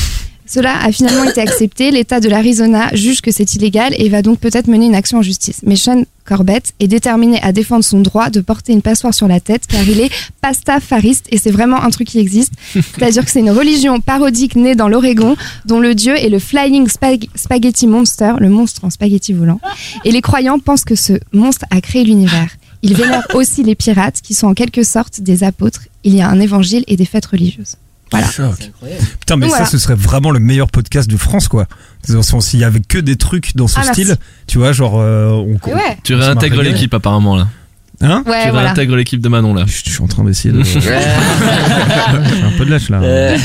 Cela a finalement été accepté. L'État de l'Arizona juge que c'est illégal et va donc peut-être mener une action en justice. Mais Sean Corbett est déterminé à défendre son droit de porter une passoire sur la tête car il est pastafariste et c'est vraiment un truc qui existe. C'est-à-dire que c'est une religion parodique née dans l'Oregon dont le dieu est le Flying Spag- Spaghetti Monster, le monstre en spaghetti volant. Et les croyants pensent que ce monstre a créé l'univers. Ils vénèrent aussi les pirates qui sont en quelque sorte des apôtres. Il y a un évangile et des fêtes religieuses. Voilà. Choc. C'est incroyable. Putain, mais Donc ça, voilà. ce serait vraiment le meilleur podcast de France, quoi. Dans le sens, s'il y avait que des trucs dans ce Ah, merci. style, tu vois, genre, euh, on. Et ouais, Tu Ça m'a réintègres régalé. l'équipe apparemment là. Hein ouais, tu voilà. réintègres l'équipe de Manon là. Je je suis en train d'essayer de. J'ai un peu de lâche là. Euh,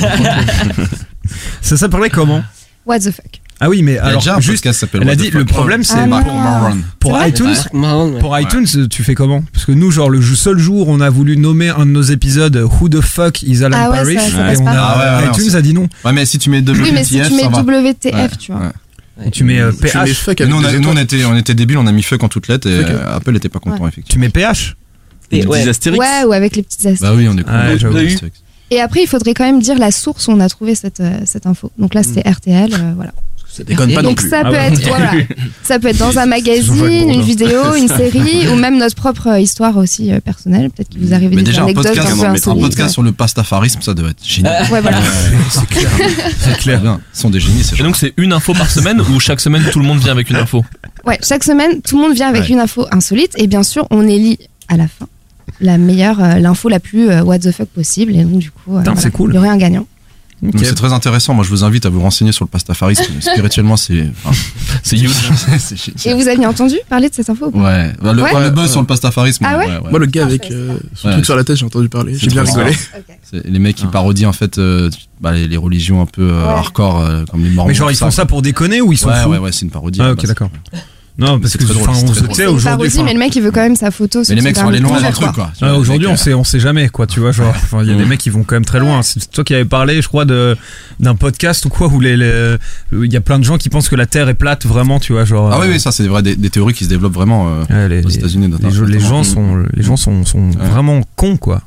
Ça s'appelait comment? What the fuck. Ah oui, mais Il y a alors, déjà un juste, podcast qui s'appelle elle a What the dit, Fuck. le problème, c'est Ah, bah, non. Maron. pour C'est vrai iTunes. Marc Maron, ouais. Pour iTunes, tu fais comment? Parce que nous, genre, le seul jour où on a voulu nommer un de nos épisodes Who the fuck is Alan Ah ouais, Parrish, ça- ça et passe on pas. a, Ah ouais, ouais, iTunes on a dit non. Ouais, mais si tu mets Oui, mais si W T F, tu mets ça va. W T F, Ouais, tu vois. ouais. Et tu mets euh, Tu mets P H. fuck Et avec Nous, on, des a- nous, étoiles. on était, on était débiles, on a mis fuck en toutes lettres et Fuck. euh, Apple était pas content, effectivement. Tu mets P H. Les Ouais. petits Astérix. Ouais, ou avec les petites astuces. Bah oui, on est con. Ouais, j'avoue. Et après, il faudrait quand même dire la source où on a trouvé cette, euh, cette info. Donc là, c'était R T L, euh, voilà. Ça déconne pas non Donc plus. ça Ah peut ouais. être, voilà, ça peut être dans un Jean-Jacques magazine, Bourdin. une vidéo, une série, ou même notre propre euh, histoire aussi euh, personnelle. Peut-être qu'il vous arrive Mais des déjà, un anecdotes podcast, un peu un insolites. podcast sur le pastafarisme, ça devait être génial. Ouais, voilà. C'est clair. C'est clair. Bien. Ils sont des génies, ces Et gens. donc c'est une info par semaine ou chaque semaine tout le monde vient avec une info? Ouais, chaque semaine, tout le monde vient avec Ouais. une info insolite et bien sûr, on élit à la fin la meilleure, euh, l'info la plus euh, what the fuck possible. Et donc, du coup, euh, Putain, voilà, c'est cool. il y aurait un gagnant. Ok. Donc c'est très intéressant. Moi, je vous invite à vous renseigner sur le pastafarisme. Spirituellement, c'est. enfin, C'est huge. c'est Et génial. vous aviez entendu parler de cette info ou pas? Ouais. Bah, le, Ouais. le buzz sur le pastafarisme. Ah ouais Moi, le gars avec Parfait, euh, son Ouais. truc sur la tête, j'ai entendu parler. C'est J'ai bien trop rigolé. Ok. C'est les mecs qui Ah. parodient en fait euh, bah, les, les religions un peu euh, Ouais. hardcore euh, comme les mormons. Mais genre, ils tout font ça pour déconner ou ils sont Ouais, fous? ouais, ouais, c'est une parodie. Ah, à la ok, base. d'accord. Non, parce C'est que très drôle, enfin, c'est on très se drôle. sait C'est une aujourd'hui. parodie, enfin, mais le mec il veut quand même sa photo. Mais sur les son mecs sont allés permis loin de dans le conduire, truc, quoi. quoi. Ouais, Les aujourd'hui, mecs, on sait, on sait jamais, quoi, tu vois, genre, enfin, il y a des Mm. mecs qui vont quand même très loin. C'est toi qui avais parlé, je crois, de, d'un podcast ou quoi, où les, les- il y a plein de gens qui pensent que la Terre est plate, vraiment, tu vois, genre. Ah euh, oui, oui, ça c'est vrai, des, des théories qui se développent vraiment euh, ouais, les, aux les- États-Unis les, notamment. gens- les gens sont, les gens sont, sont Ouais. vraiment cons, quoi.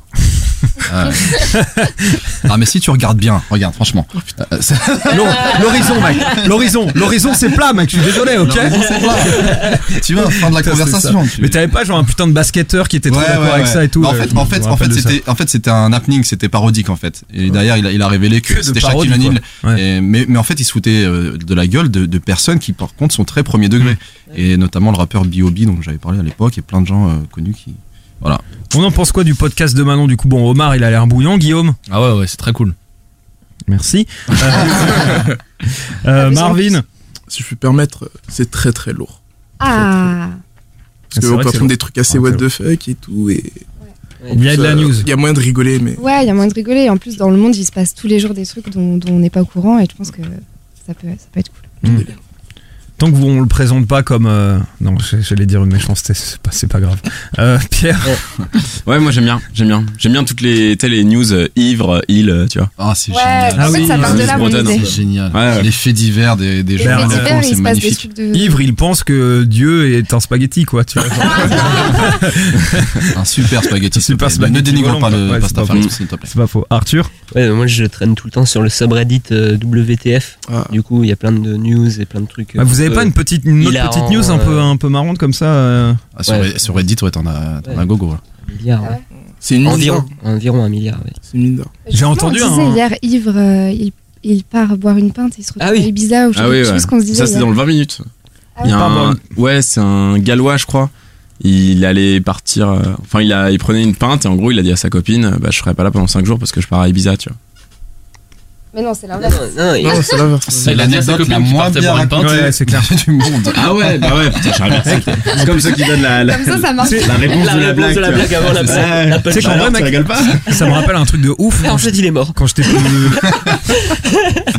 Ah, ouais. Ah, mais si tu regardes bien, regarde, franchement. Euh, c'est- L'hor- L'horizon, mec. L'horizon, l'horizon, c'est plat, mec. Je suis désolé, ok. Non, c'est plat. Tu vois, fin de la Putain, c'est conversation. ça. tu- Mais t'avais pas genre un putain de basketteur qui était trop Ouais, d'accord ouais, avec ouais. ça et tout. Bah, en euh, fait, je en me fait, en rappelle fait, de ça. c'était, en fait, c'était un happening, c'était parodique en fait. Et d'ailleurs, il a, il a révélé que, Que de c'était parodie, Shaquille O'Neal. quoi. Ouais. Et- mais, mais en fait, il se foutait euh, de la gueule de, de personnes qui, par contre, sont très premier degré. Et notamment le rappeur B O B dont j'avais parlé à l'époque, et plein de gens euh, connus qui. Voilà. On en pense quoi du podcast de Manon, du coup? Bon, Omar, il a l'air bouillant. Guillaume? Ah ouais ouais c'est très cool. Merci. Euh, euh, Marvin? Si je puis permettre, c'est très très lourd. Ah, Parce C'est qu'on vrai peut que c'est apprendre lourd. des trucs assez Ah, what c'est the fuck et tout. Et Il y a de la ça, news. Il y a moyen de rigoler, mais. ouais, il y a moyen de rigoler. Et en plus, dans le monde, il se passe tous les jours des trucs dont, dont on n'est pas au courant. Et je pense que ça peut, ça peut être cool. Mm. Tant que vous on le présente pas comme euh, non, j'allais dire une méchanceté, c'est pas c'est pas grave. Euh, Pierre, Ouais, moi j'aime bien, j'aime bien. J'aime bien toutes les, tu sais, les news euh, ivres, île, euh, tu vois. Ah, c'est Ouais, génial. Ah en fait, oui, ça part de c'est là, mon bretonne, idée. C'est génial. Ouais, ouais. Les faits divers des, des Et jeux Bernard cet Bernard hiver, d'enfants, il c'est se passe des magnifique. trucs de. Ivre, il pense que Dieu est un spaghetti, quoi. Tu vois, genre. Un super spaghetti. s'il te Super plaît. spaghetti Ne dénigre volant, pas quoi. le Ouais, c'est pastafarisme, pas s'il te plaît. C'est pas faux. Arthur, Ouais, moi je traîne tout le temps sur le subreddit euh, W T F. Ah. Du coup, il y a plein de news et plein de trucs. ah, vous avez euh, pas une petite, une autre hilarant, petite news un peu, euh, un peu marrante comme ça euh Ah, sur, Ouais. sur Reddit, ouais, t'en as, t'en as Ouais. gogo. là. un milliard, ouais. C'est une mine Environ, d'or. environ un milliard. Ouais. C'est une mine d'or. J'ai entendu On un- disait hier, Ivre, euh, il, il part boire une pinte, il se retrouve Ah oui. à Ibiza ou je sais Ah plus oui, je sais ouais. plus ce qu'on se disait. Ça, c'est hier. dans le vingt minutes. Ah Il y a oui. un, ouais, c'est un Gallois, je crois. Il allait partir, euh, enfin, il a, il prenait une pinte et en gros, il a dit à sa copine, bah, je serai pas là pendant cinq jours parce que je pars à Ibiza, tu vois. Mais non, c'est Non, l'inverse. non, non, il- Non, c'est l'inverse. Il a dit à sa l'anecdote copine la qu'il moins partait bien boire une pinte. racontée Ouais, c'est clair. du monde. Ah ouais, bah ouais, putain, j'arrive à ça. C'est comme ceux qui donnent la, la, Comme ça, ça marche. la réponse La de la réponse blague. de la tu vois. blague avant la C'est blague. ça. La Tu sais punch. qu'en vrai, Alors, tu mec, rigoles pas ça me rappelle un truc de ouf. En fait, il est mort. Quand j'étais plus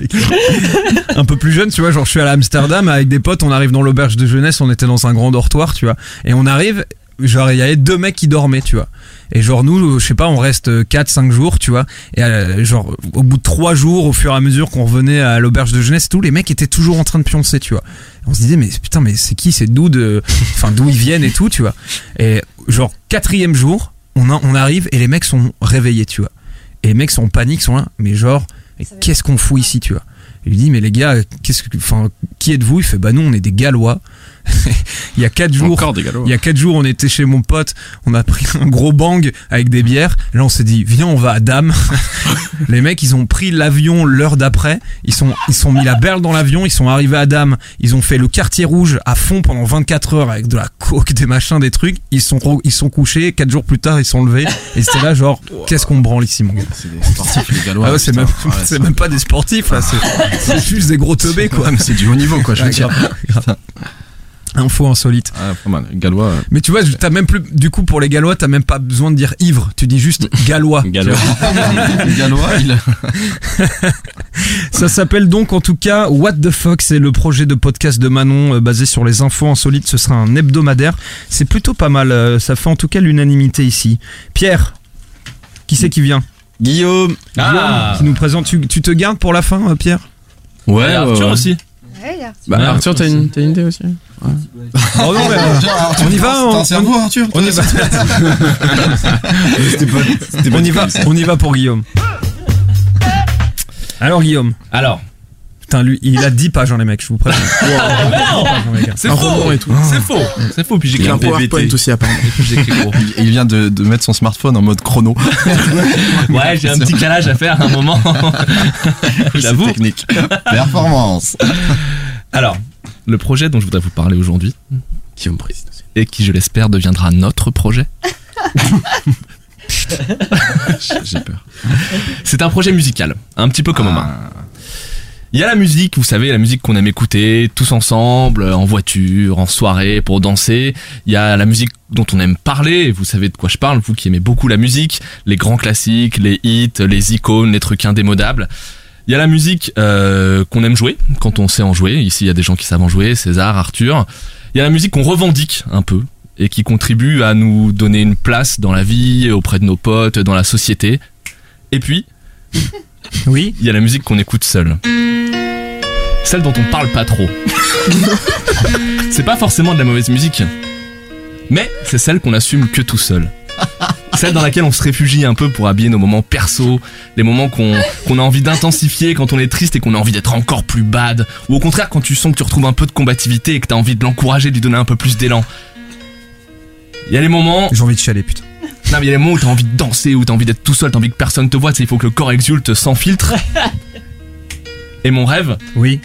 un peu plus jeune, tu vois, genre je suis à Amsterdam avec des potes, on arrive dans l'auberge de jeunesse, on était dans un grand dortoir, tu vois, et on arrive, genre il y avait deux mecs qui dormaient, tu vois, et genre nous, je sais pas, on reste quatre cinq jours, tu vois, et euh, genre au bout de trois jours, au fur et à mesure qu'on revenait à l'auberge de jeunesse, tous les mecs étaient toujours en train de pioncer, tu vois. Et on se disait mais putain, mais c'est qui, c'est d'où de, enfin d'où ils viennent et tout, tu vois. Et genre quatrième jour, on a, on arrive et les mecs sont réveillés, tu vois. Et les mecs sont en panique, sont là, mais genre, mais qu'est-ce qu'on fout ici, tu vois. Il lui dit mais les gars, qu'est-ce que, enfin, qui êtes-vous? Il fait bah nous on est des Gallois. il y a quatre jours, Encore des Gallois. il y a quatre jours, on était chez mon pote, on a pris un gros bang avec des bières. Et là, on s'est dit, viens, on va à Dame. Les mecs, ils ont pris l'avion l'heure d'après. Ils sont, ils sont mis la berle dans l'avion. Ils sont arrivés à Dame. Ils ont fait le quartier rouge à fond pendant vingt-quatre heures avec de la coke, des machins, des trucs. Ils sont, ils sont couchés. Quatre jours plus tard, ils sont levés. Et c'était là, genre, qu'est-ce qu'on branle ici, mon gars? C'est des sportifs, les Gallois. Ah ouais, c'est putain. même, Ouais, c'est même pas des sportifs, là. C'est, c'est juste des gros teubés, quoi. Ouais, mais c'est du haut niveau, quoi, je veux dire. Info insolite. Ah, pas mal. Gallois. euh, Mais tu vois, t'as même plus, du coup, pour les Gallois, t'as même pas besoin de dire ivre. Tu dis juste Gallois. Gallois. Les Gallois, il. Ça s'appelle donc, en tout cas, What the Fuck. C'est le projet de podcast de Manon, euh, basé sur les infos insolites. Ce sera un hebdomadaire. C'est plutôt pas mal. euh, Ça fait en tout cas l'unanimité ici. Pierre, qui c'est qui vient? Guillaume. Guillaume, qui nous présente. Tu, tu te gardes pour la fin, euh, Pierre? Ouais, Et Arthur ouais, ouais. aussi. Ouais, y a- Bah, Ouais, Arthur, t'as une, t'as une idée aussi? Oh non, mais, euh, on y va, on, T'as un cerveau, Arthur? on y va. C'était pas. C'était pas On y du va, tout, ça. on y va pour Guillaume. Alors Guillaume, Alors, putain lui, il a dix pages hein, les mecs, je vous préviens. c'est Un faux. roman et tout. C'est faux. C'est faux. Puis Il j'écris y a un un PowerPoint P V T. aussi, apparemment. J'écris gros. Il vient de, de mettre son smartphone en mode chrono. Ouais, j'ai un petit calage à faire à un moment. J'avoue. C'est technique. Performance. Alors, le projet dont je voudrais vous parler aujourd'hui, Guillaume président. et qui je l'espère deviendra notre projet, J'ai peur. c'est un projet musical, un petit peu comme Omar. Il y a la musique, vous savez, la musique qu'on aime écouter tous ensemble, en voiture, en soirée, pour danser. Il y a la musique dont on aime parler, et vous savez de quoi je parle, vous qui aimez beaucoup la musique, les grands classiques, les hits, les icônes, les trucs indémodables. Il y a la musique euh, qu'on aime jouer, quand on sait en jouer. Ici, il y a des gens qui savent en jouer, César, Arthur. Il y a la musique qu'on revendique un peu, et qui contribue à nous donner une place dans la vie, auprès de nos potes, dans la société. Et puis, Oui. il y a la musique qu'on écoute seul. Celle dont on parle pas trop. C'est pas forcément de la mauvaise musique, mais c'est celle qu'on assume que tout seul. Celle dans laquelle on se réfugie un peu pour habiller nos moments perso, les moments qu'on qu'on a envie d'intensifier quand on est triste et qu'on a envie d'être encore plus bad, ou au contraire quand tu sens que tu retrouves un peu de combativité et que t'as envie de l'encourager, de lui donner un peu plus d'élan. Il y a les moments, J'ai envie de chialer putain. non mais il y a les moments où t'as envie de danser, où t'as envie d'être tout seul, t'as envie que personne te voit, tu sais, il faut que le corps exulte sans filtre. Et mon rêve, Oui.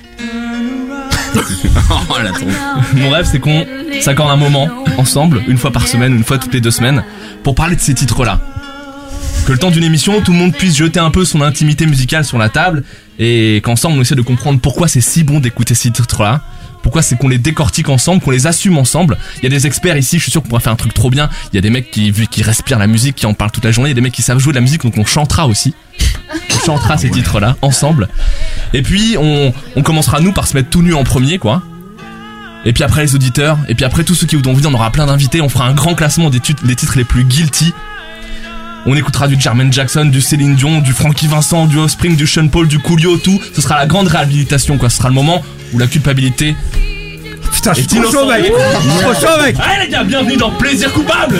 Oh, la trompe. mon rêve c'est qu'on s'accorde un moment ensemble, une fois par semaine, une fois toutes les deux semaines, pour parler de ces titres-là. Que le temps d'une émission, tout le monde puisse jeter un peu son intimité musicale sur la table et qu'ensemble on essaie de comprendre pourquoi c'est si bon d'écouter ces titres-là. Pourquoi c'est qu'on les décortique ensemble, qu'on les assume ensemble. Il y a des experts ici, je suis sûr qu'on pourra faire un truc trop bien. Il y a des mecs qui, vu qui respirent la musique, qui en parlent toute la journée. Il y a des mecs qui savent jouer de la musique, donc on chantera aussi. On chantera ces titres-là ensemble. Et puis on, on commencera nous par se mettre tout nu en premier, quoi. Et puis après les auditeurs, et puis après tous ceux qui ont envie, on aura plein d'invités. On fera un grand classement des, tut- des titres les plus guilty. On écoutera du Jermaine Jackson, du Céline Dion, du Frankie Vincent, du Offspring, du Sean Paul, du Coolio, tout. Ce sera la grande réhabilitation, quoi. Ce sera le moment où la culpabilité. Putain, je suis Et trop Tino chaud mec. Sandro. Je suis trop chaud mec. Allez les gars, bienvenue dans Plaisir Coupable.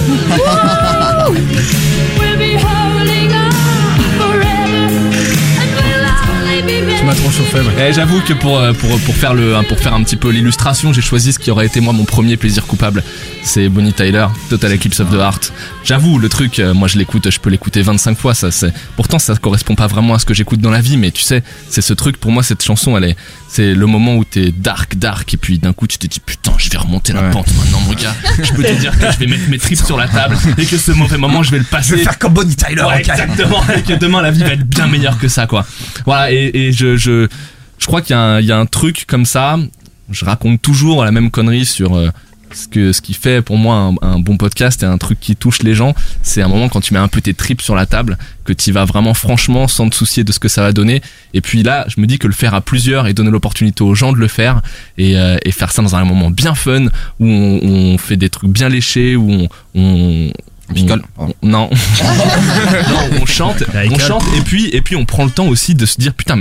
Tu m'as trop chauffé mec. Eh, j'avoue que pour, euh, pour, pour, faire le, pour faire un petit peu l'illustration, j'ai choisi ce qui aurait été moi mon premier plaisir coupable. C'est Bonnie Tyler, Total Eclipse of the Heart. J'avoue, le truc, euh, moi je l'écoute, je peux l'écouter vingt-cinq fois. Ça, c'est... Pourtant, ça correspond pas vraiment à ce que j'écoute dans la vie, mais tu sais, c'est ce truc, pour moi, cette chanson, elle est, c'est le moment où t'es dark, dark, et puis d'un coup tu te dis putain, je vais remonter la Ouais. pente maintenant, mon gars. Je peux te dire que je vais mettre mes tripes sur la table et que ce mauvais moment, je vais le Je passer. vais faire comme Bonnie Tyler. Ouais, ok. exactement. Et que demain la vie va être bien meilleure que ça, quoi. Voilà. Et, et je, je, je crois qu'il y a un, il y a un truc comme ça. Je raconte toujours la même connerie sur euh, ce que, ce qui fait pour moi un, un bon podcast et un truc qui touche les gens. C'est un moment quand tu mets un peu tes tripes sur la table, que tu vas vraiment franchement sans te soucier de ce que ça va donner. Et puis là, je me dis que le faire à plusieurs et donner l'opportunité aux gens de le faire et, euh, et faire ça dans un moment bien fun où on, on fait des trucs bien léchés, où on, on Picole. on- non. non, on chante, La on école. chante et puis et puis on prend le temps aussi de se dire putain mais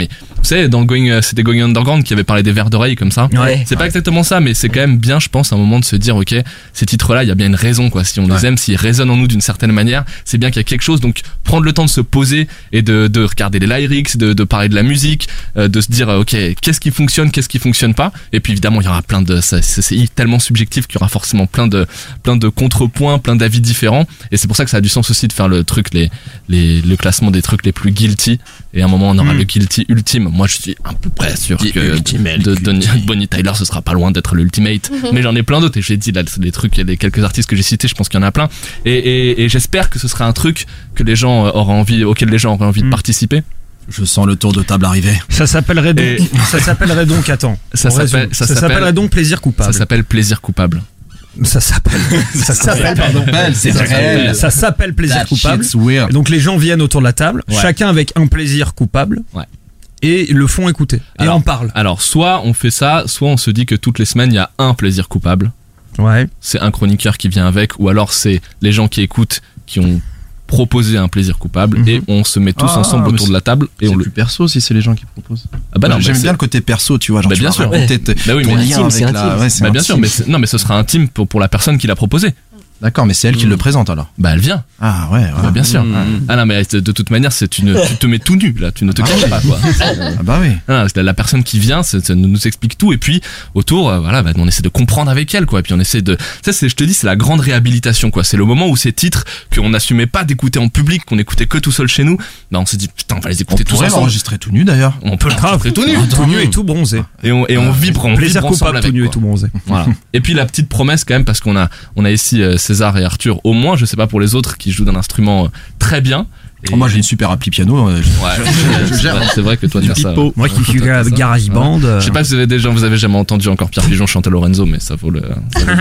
savez, dans Going, c'était Going Underground qui avait parlé des vers d'oreille comme ça. Ouais. C'est pas exactement ça, mais c'est quand même bien, je pense, à un moment de se dire, ok, ces titres-là, il y a bien une raison, quoi. Si on Ouais. les aime, s'ils résonnent en nous d'une certaine manière, c'est bien qu'il y a quelque chose. Donc, prendre le temps de se poser et de, de regarder les lyrics, de, de parler de la musique, euh, de se dire, ok, qu'est-ce qui fonctionne, qu'est-ce qui fonctionne pas. Et puis, évidemment, il y aura plein de, ça, c'est, c'est tellement subjectif qu'il y aura forcément plein de, plein de contrepoints, plein d'avis différents. Et c'est pour ça que ça a du sens aussi de faire le truc, les, les, le classement des trucs les plus guilty. Et à un moment, on aura Mm. le guilty ultime. Moi, je suis à peu près sûr The que ultimate de, de, guilty. Bonnie Tyler, ce sera pas loin d'être l'ultimate. Mais j'en ai plein d'autres. Et j'ai dit, là, les trucs, les quelques artistes que j'ai cités, je pense qu'il y en a plein. Et, et, et j'espère que ce sera un truc que les gens euh, auraient envie, auquel les gens auraient envie de Mm. participer. Je sens le tour de table arriver. Ça s'appellerait donc, Et- ça s'appellerait donc, attends. Ça on s'appelle- résume. ça ça s'appelle- s'appellerait donc plaisir coupable. Ça s'appelle plaisir coupable. Ça s'appelle, ça s'appelle, pardon. C'est Ça réel. s'appelle- Ça s'appelle plaisir That coupable. shit's weird. Et donc les gens viennent autour de la table, Ouais. chacun avec un plaisir coupable. Ouais. Et le font écouter. Et Alors- en parle. Alors, soit on fait ça, soit on se dit que toutes les semaines, il y a un plaisir coupable. Ouais. C'est un chroniqueur qui vient avec, ou alors c'est les gens qui écoutent qui ont proposé un plaisir coupable, Mhm. et on se met tous Ah, ensemble mais autour de la table et C'est on le. plus perso si c'est les gens qui proposent. Ah bah non, J'aime mais bien c'est- le côté perso, tu vois. Genre, Bah, tu bien vas sûr. raconter t- Bah oui, ton mais lien intime, c'est avec la. intime. Ouais, c'est Bah bien sûr, intime. mais c'est- non, mais ce sera intime pour, pour la personne qui l'a proposé. D'accord, mais c'est elle qui Mm. le présente alors. Bah elle vient. Ah ouais, ouais. Bah, bien sûr. Mm. Ah non, mais de de toute manière, c'est une, tu te mets tout nu là, tu ne te caches pas quoi. Ah bah oui. Ah, la, la personne qui vient, ça, ça nous explique tout, et puis autour, euh, voilà, bah, on essaie de comprendre avec elle, quoi. Et puis on essaie de, ça, c'est, je te dis, c'est la grande réhabilitation, quoi. C'est le moment où ces titres qu'on n'assumait pas d'écouter en public, qu'on écoutait que tout seul chez nous, bah on s'est dit putain, on va les On écouter tous pourrait ensemble. l'enregistrer tout nu d'ailleurs. On peut l'enregistrer tout nu, Tout nu et tout bronzé. et on et on vibre, on Plaisir vibre ensemble coupable, tout avec, nu et quoi. tout bronzé. Voilà. Et puis la petite promesse quand même, parce qu'on a on a ici euh, César et Arthur, au moins, je sais pas pour les autres, qui jouent d'un instrument euh, très bien. Et- Oh, moi j'ai une super appli piano. euh, je- Ouais, c'est vrai- c'est vrai que toi t'as ça. pipeau. Moi qui suis Toi, t'as ça. GarageBand. Je sais pas si vous avez déjà, vous avez jamais entendu encore Pierre Pigeon chanter Lorenzo, mais ça vaut le. Ça vaut le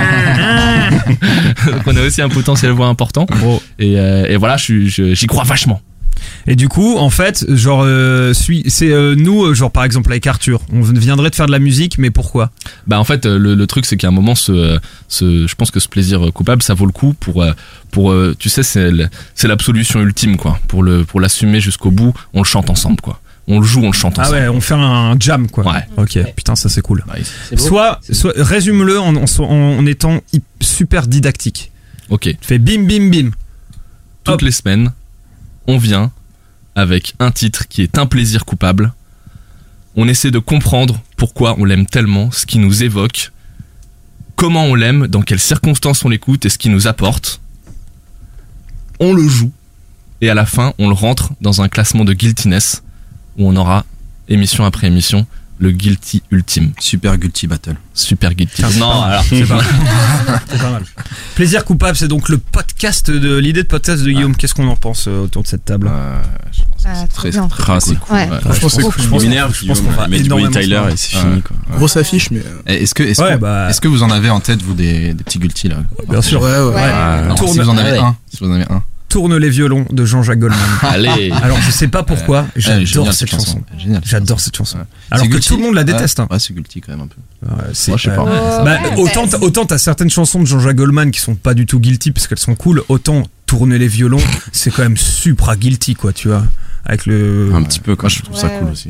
détour. Donc on a aussi un potentiel voix important. Gros. Et, euh, et voilà, je suis- je- j'y crois vachement. Et du coup, en fait, genre, euh, suis- c'est euh, nous, euh, genre par exemple avec Arthur, on viendrait de faire de la musique, mais pourquoi? Bah en fait, euh, le, le truc c'est qu'à un moment, ce, ce, je pense que ce plaisir coupable, ça vaut le coup pour, euh, pour, euh, tu sais, c'est, le- c'est l'absolution ultime, quoi. Pour le, pour l'assumer jusqu'au bout, on le chante ensemble, quoi. On le joue, on le chante Ah ensemble. ouais, on fait un jam quoi. Ouais. Ok, putain, ça c'est cool. C'est beau. Soit, soit résume-le en, en, en étant hy- super didactique. Ok. Tu fais bim bim bim. Toutes Hop. les semaines, on vient avec un titre qui est un plaisir coupable. On essaie de comprendre pourquoi on l'aime tellement, ce qui nous évoque, comment on l'aime, dans quelles circonstances on l'écoute et ce qui nous apporte. On le joue et à la fin, on le rentre dans un classement de guiltiness où on aura, émission après émission, le guilty ultime. Super Guilty Battle. Super guilty. Tiens, c'est Non, pas mal. alors, C'est pas mal. C'est pas mal. Plaisir coupable, c'est donc le podcast de l'idée de podcast de Guillaume. Qu'est-ce qu'on en pense euh, autour de cette table? Euh, je pense que Ah, c'est trop très, bien. très Ah, c'est cool. cool. Ouais. ouais. Franchement, c'est Je cool. pense qu'on- Il m'énerve, je pense qu'on va il met du Bonnie énormément Tyler se et c'est Ouais. fini quoi. Grosse affiche, mais. euh, Et Est-ce que, est-ce, Ouais, que, bah- est-ce que vous en avez en tête, vous, des, des petits Guilty là? Bien sûr. Ouais, ouais. Ouais. Ah, Non, Tourne- si vous en avez Ouais. un. Si vous en avez un. Tourne les violons de Jean-Jacques Goldman. Allez. Alors je sais pas pourquoi, Elle est j'adore géniale, cette chanson. Elle est géniale, cette J'adore chanson. cette chanson. Ouais. Alors C'est que Guilty tout le monde la déteste. hein. Ouais, c'est Guilty quand même un peu. Ouais, c'est, Moi, je sais euh, pas. Bah, Ouais, autant, bah, autant t'as certaines chansons de Jean-Jacques Goldman qui sont pas du tout guilty parce qu'elles sont cool, autant Tourner les violons, c'est quand même supra guilty quoi, tu vois. Avec le. Un petit peu Moi, quoi. je trouve ça Ouais, cool ouais. aussi.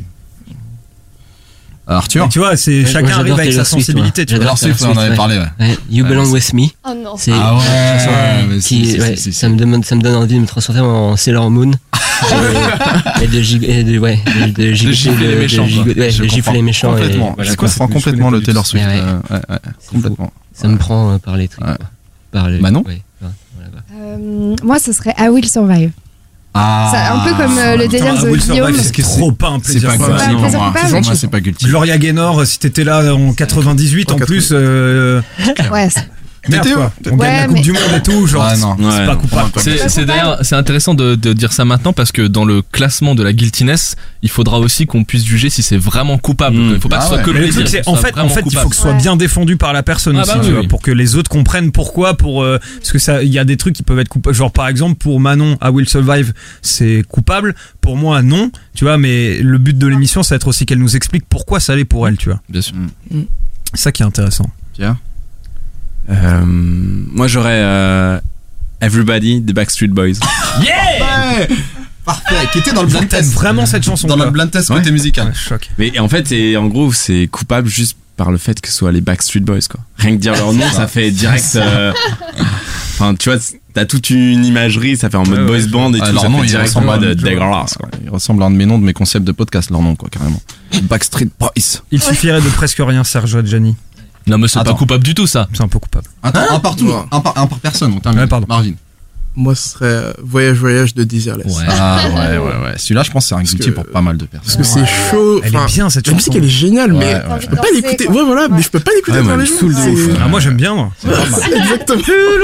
Arthur? Mais tu vois, c'est Ouais, chacun moi, arrive j'adore avec sa Taylor Swift, sensibilité, moi. tu vois. J'adore Alors, c'est Taylor on en avait Swift, parlé, ouais. Ouais, You Ouais, Belong c'est- With Me. Oh non. C'est Ah ouais, une chanson ouais, mais qui, si, si, ouais, si, si, ça si. me donne, ça me donne envie de me transformer en Sailor Moon et, et de gig, et de, ouais, de, de, gigoter gifler les le- méchants, de gigo- quoi. ouais, Je de gifler comprends les méchants. Et, Complètement. voilà, Je quoi. comprends Je complètement connais le pas Taylor du Swift. tout. Ouais, ouais. euh, ouais, ouais, complètement. Ça me prend euh, par les trucs. Ouais. quoi. Par le, Manon ouais, ouais, voilà, quoi. Euh, moi, ce serait I Will Survive. Ah. Ça, un peu comme euh, le délire Putain, de Will Survive, Guillaume. c'est trop pas un C'est plaisir pas coupable. Guilty. Guilty. Pas un plaisir Moi, coupable. c'est- moi, c'est pas Guilty. Gloria Gaynor, si t'étais là en quatre-vingt-dix-huit, en En plus, euh, Ouais, c'est- merde T'étais quoi. où On gagne Ouais, la Coupe mais- du Monde et tout, genre, Ah, non. c'est Ouais, pas non. coupable. Pas C'est, Pas c'est coupable. d'ailleurs, c'est intéressant de, de dire ça maintenant parce que dans le classement de la guiltiness, il faudra aussi qu'on puisse juger si c'est vraiment coupable. Mm. Il faut pas Ah que ce soit ouais. que Mais le plaisir, truc, c'est, que en ce soit fait, en vraiment fait, il faut coupable. que ce soit Ouais. bien défendu par la personne Ah aussi, bah tu oui, vois, oui. pour que les autres comprennent pourquoi, pour, euh, parce que ça, il y a des trucs qui peuvent être coupables. Genre, par exemple, pour Manon, I Will Survive, c'est coupable. Pour moi, non, tu vois, mais le but de l'émission, ça va être aussi qu'elle nous explique pourquoi ça l'est pour elle, tu vois. Bien sûr. C'est ça qui est intéressant. Pierre? Euh, moi j'aurais euh, Everybody des Backstreet Boys. Yeah! Parfait, qui était dans le Genre, blind t'aimes test. vraiment cette chanson. Dans le blind test côté Ouais. musical. Ouais, choc. Mais en fait, c'est, en gros, c'est coupable juste par le fait que ce soit les Backstreet Boys, quoi. Rien que dire leur nom, ça fait direct, euh, enfin, tu vois, t'as toute une imagerie, ça fait en mode Ouais, boys ouais, band et Ah, tout, leur ça nom, fait il direct en ressemble à mode un- dégueulasse, quoi. Il ressemble à un de mes noms de mes concepts de podcast, leur nom, quoi, carrément. Backstreet Boys. Il suffirait de presque rien, Serge Adjani. Non, mais c'est Attends. pas coupable du tout, ça. C'est un peu coupable. Attends, un partout, Ouais. un par, un par personne, on termine. Ouais, pardon. Marvin. Moi, ce serait euh, Voyage, Voyage de Desireless. Ouais. Ah, ouais, ouais, ouais. Celui-là, je pense que c'est un Parce guilty que- pour pas mal de Parce personnes. que c'est chaud. Elle est enfin, bien cette La chanson. musique, elle est géniale, Ouais, mais ouais, je ouais. peux pas l'écouter. Ouais, voilà, mais je peux pas l'écouter Ouais, devant mais les elle gens. me saoule de c'est- ouf. Ah, moi j'aime bien. Moi. C'est exactement.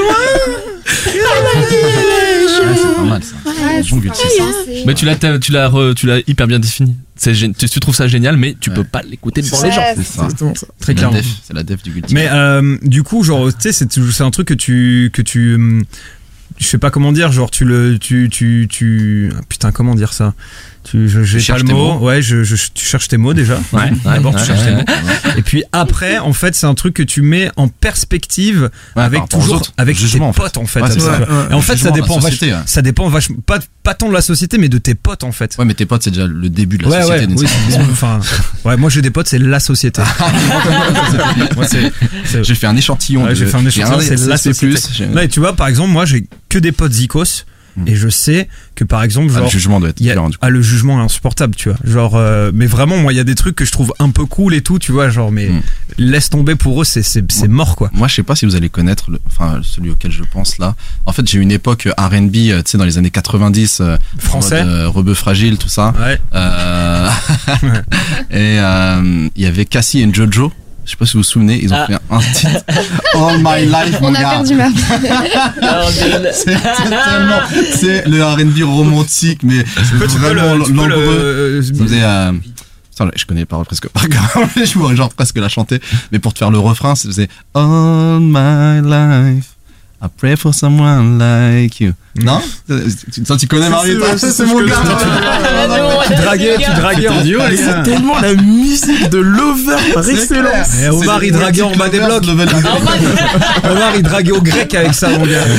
Ouais, c'est pas mal, ça. Bon guilty. Mais tu l'as, t'as- tu l'as, re- tu l'as hyper bien défini. C'est gé- tu, tu trouves ça génial, mais tu Ouais. peux pas l'écouter devant les gens. C'est ça. Exactement ça. Très La clairement. def, c'est la def du guilty. Mais euh, du coup, genre, tu sais, c'est c'est un truc que tu que tu hum, je sais pas comment dire, genre tu le tu tu tu ah, putain, comment dire ça. Tu je j'ai pas cherches le tes mot. mots. Ouais, je, je tu cherches tes mots déjà. Ouais, D'abord ouais, tu cherches ouais, tes ouais. mots. Et puis après, en fait, c'est un truc que tu mets en perspective Ouais, avec par rapport aux toujours autres. avec Jugement, en tes fait. potes en fait. Ouais, c'est tu ça. vois. Ouais, ouais. Et en fait, ça Jugement de la dépend société, vachement ouais. ça dépend vachement pas pas tant de la société mais de tes potes en fait. Ouais, mais tes potes, c'est déjà le début de la Ouais, société. ouais, d'une oui, certaine c'est- façon. enfin, ouais, moi j'ai des potes, c'est la société. Moi, c'est- c'est- J'ai fait un échantillon. Ouais, de- j'ai fait un échantillon, regardé c'est la C C plus, société. j'ai- Non, et tu vois, par exemple, moi j'ai que des potes zikos Hmm. et je sais que par exemple, Ah, genre, le jugement doit être il y a- différent, du coup. ah, le jugement est insupportable, tu vois. Genre, euh, mais vraiment, moi il y a des trucs que je trouve un peu cool et tout, tu vois, genre, mais Hmm. laisse tomber pour eux, c'est c'est c'est mort quoi. Moi, je sais pas si vous allez connaître, le, enfin, celui auquel je pense là. En fait, j'ai eu une époque R and B, euh, tu sais, dans les années quatre-vingt-dix, euh, Français. en mode, euh, rebeu fragile, tout ça. Ouais. Euh, et euh, il y avait Cassie et Jojo. Je sais pas si vous vous souvenez, ils ont Ah. fait un titre All My Life, mon On a gars. perdu ma. C'est tellement, c'est le R and B romantique, mais Tu peux vraiment le- tu peux le- langoureux. euh, Ça faisait, euh, putain, je connais les paroles presque par cœur. Je pourrais genre presque la chanter. Mais pour te faire le refrain, ça faisait All my life, I pray for someone like you. Non? Tu, tu, tu connais Marie? ouais, C'est c'est mon ce que gars. Tu draguais, tu draguais en duo, les C'est gars. tellement la musique de Lover par excellence. Et Omar, il draguait en bas des blocs. Omar, il draguait au grec avec ça, mon gars.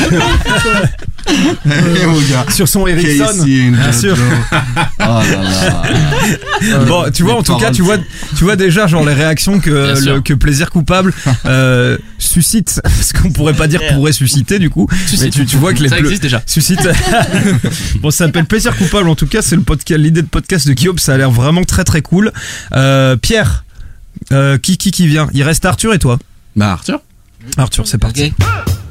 Mon gars. Sur son Ericsson. Casey and Bien sûr. Jojo. Oh là là. Bon, tu vois, en tout cas, tu vois, tu vois déjà genre les réactions que Bien sûr. le, que plaisir coupable euh, suscite, parce qu'on pourrait pas dire pourrait susciter du coup. Mais tu, tu vois que les Ça bleu- existe déjà. suscite. Bon, ça s'appelle plaisir coupable. En tout cas, c'est le podcast, l'idée de podcast de Guillaume. Ça a l'air vraiment très très cool. Euh, Pierre, euh, qui qui qui vient? Il reste Arthur et toi. Bah, Arthur. Arthur, c'est parti. Ok,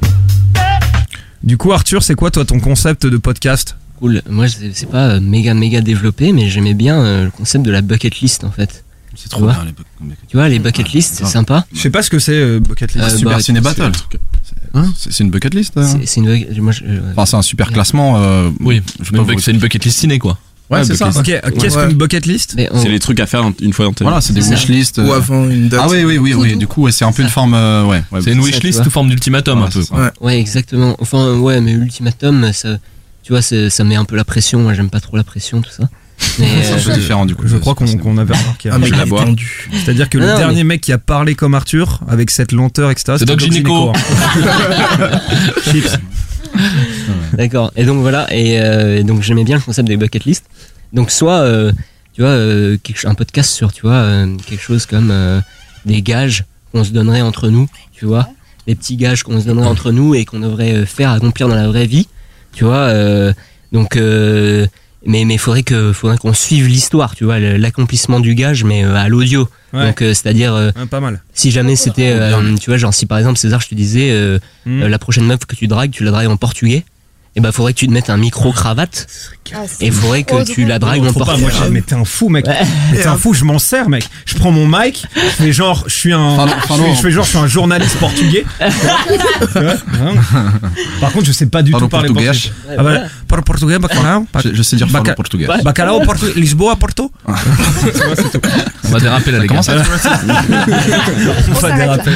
Du coup, Arthur, c'est quoi toi ton concept de podcast? cool. Moi, c'est c'est pas euh, méga méga développé, mais j'aimais bien euh, le concept de la bucket list en fait. C'est trop Tu vois bien, les buck- Tu vois, les bucket list, c'est grave. sympa. Je sais pas ce que c'est euh, bucket list. Euh, Super bah, Ciné c'est- Battle. Hein C'est c'est une bucket list? euh C'est c'est une bucket- moi, je- euh, Enfin, c'est un super classement. euh, Oui, je sais mais pas buck- vous- c'est une bucket list ciné, quoi. Ouais, c'est ça. Ok, euh, qu'est-ce Ouais. qu'une bucket list? mais on- C'est les trucs à faire une fois dans ta vie. Voilà, c'est des C'est ça. wishlists. Ou euh, avant une date. Ah oui, oui, oui, oui. Du coup, ouais, c'est un peu une forme. euh, ouais, ouais. C'est une ça, wishlist tu vois. sous forme d'ultimatum, Voilà, un peu. c'est ça. Ouais. Ouais, exactement. Enfin, ouais, mais ultimatum, ça, tu vois, c'est- ça met un peu la pression. Moi, j'aime pas trop la pression, tout ça. Mais C'est un euh, peu différent du coup. Je crois qu'on qu'on avait remarqué. Ah, mais Je il la est bois. tendu. C'est-à-dire que Non, le non, dernier mec qui a parlé comme Arthur, avec cette lenteur, et cetera, C'est Doc Gynéco. Chips. d'accord. Et donc voilà. Et, euh, et donc j'aimais bien le concept des bucket list. Donc soit, euh, tu vois, euh, quelque, cho- un podcast sur, tu vois, euh, quelque chose comme euh, des gages qu'on se donnerait entre nous, tu vois, des petits gages qu'on se donnerait entre nous et qu'on devrait euh, faire accomplir dans la vraie vie, tu vois. euh, donc euh, mais mais faudrait que faudrait qu'on suive l'histoire, tu vois, le- l'accomplissement du gage, mais euh, à l'audio. Ouais. Donc euh, c'est-à-dire euh, Ouais, pas mal. si jamais c'était, euh, tu vois, genre si par exemple César, je te disais, euh, Hmm. euh, la prochaine meuf que tu dragues, tu la dragues en portugais, et bah faudrait que tu te mettes un micro cravate et faudrait que tu la dragues en Faut pas, portugais. moi, j'ai- mais t'es un fou, mec. Mais t'es un fou, je m'en sers, mec. Je prends mon mic, je fais genre, je suis un, Pardon, je pardon. fais, je fais genre, je suis un journaliste portugais. Tu vois, hein. Par contre, je sais pas du Parle tout parler portugais. portugais. Ah bah, par portugais, bacalhau. Je, je sais dire Baca- falo portugais. Bacalhau, Porto, Lisboa, Porto. On va déraper là, les gars. Comment ça? On va déraper.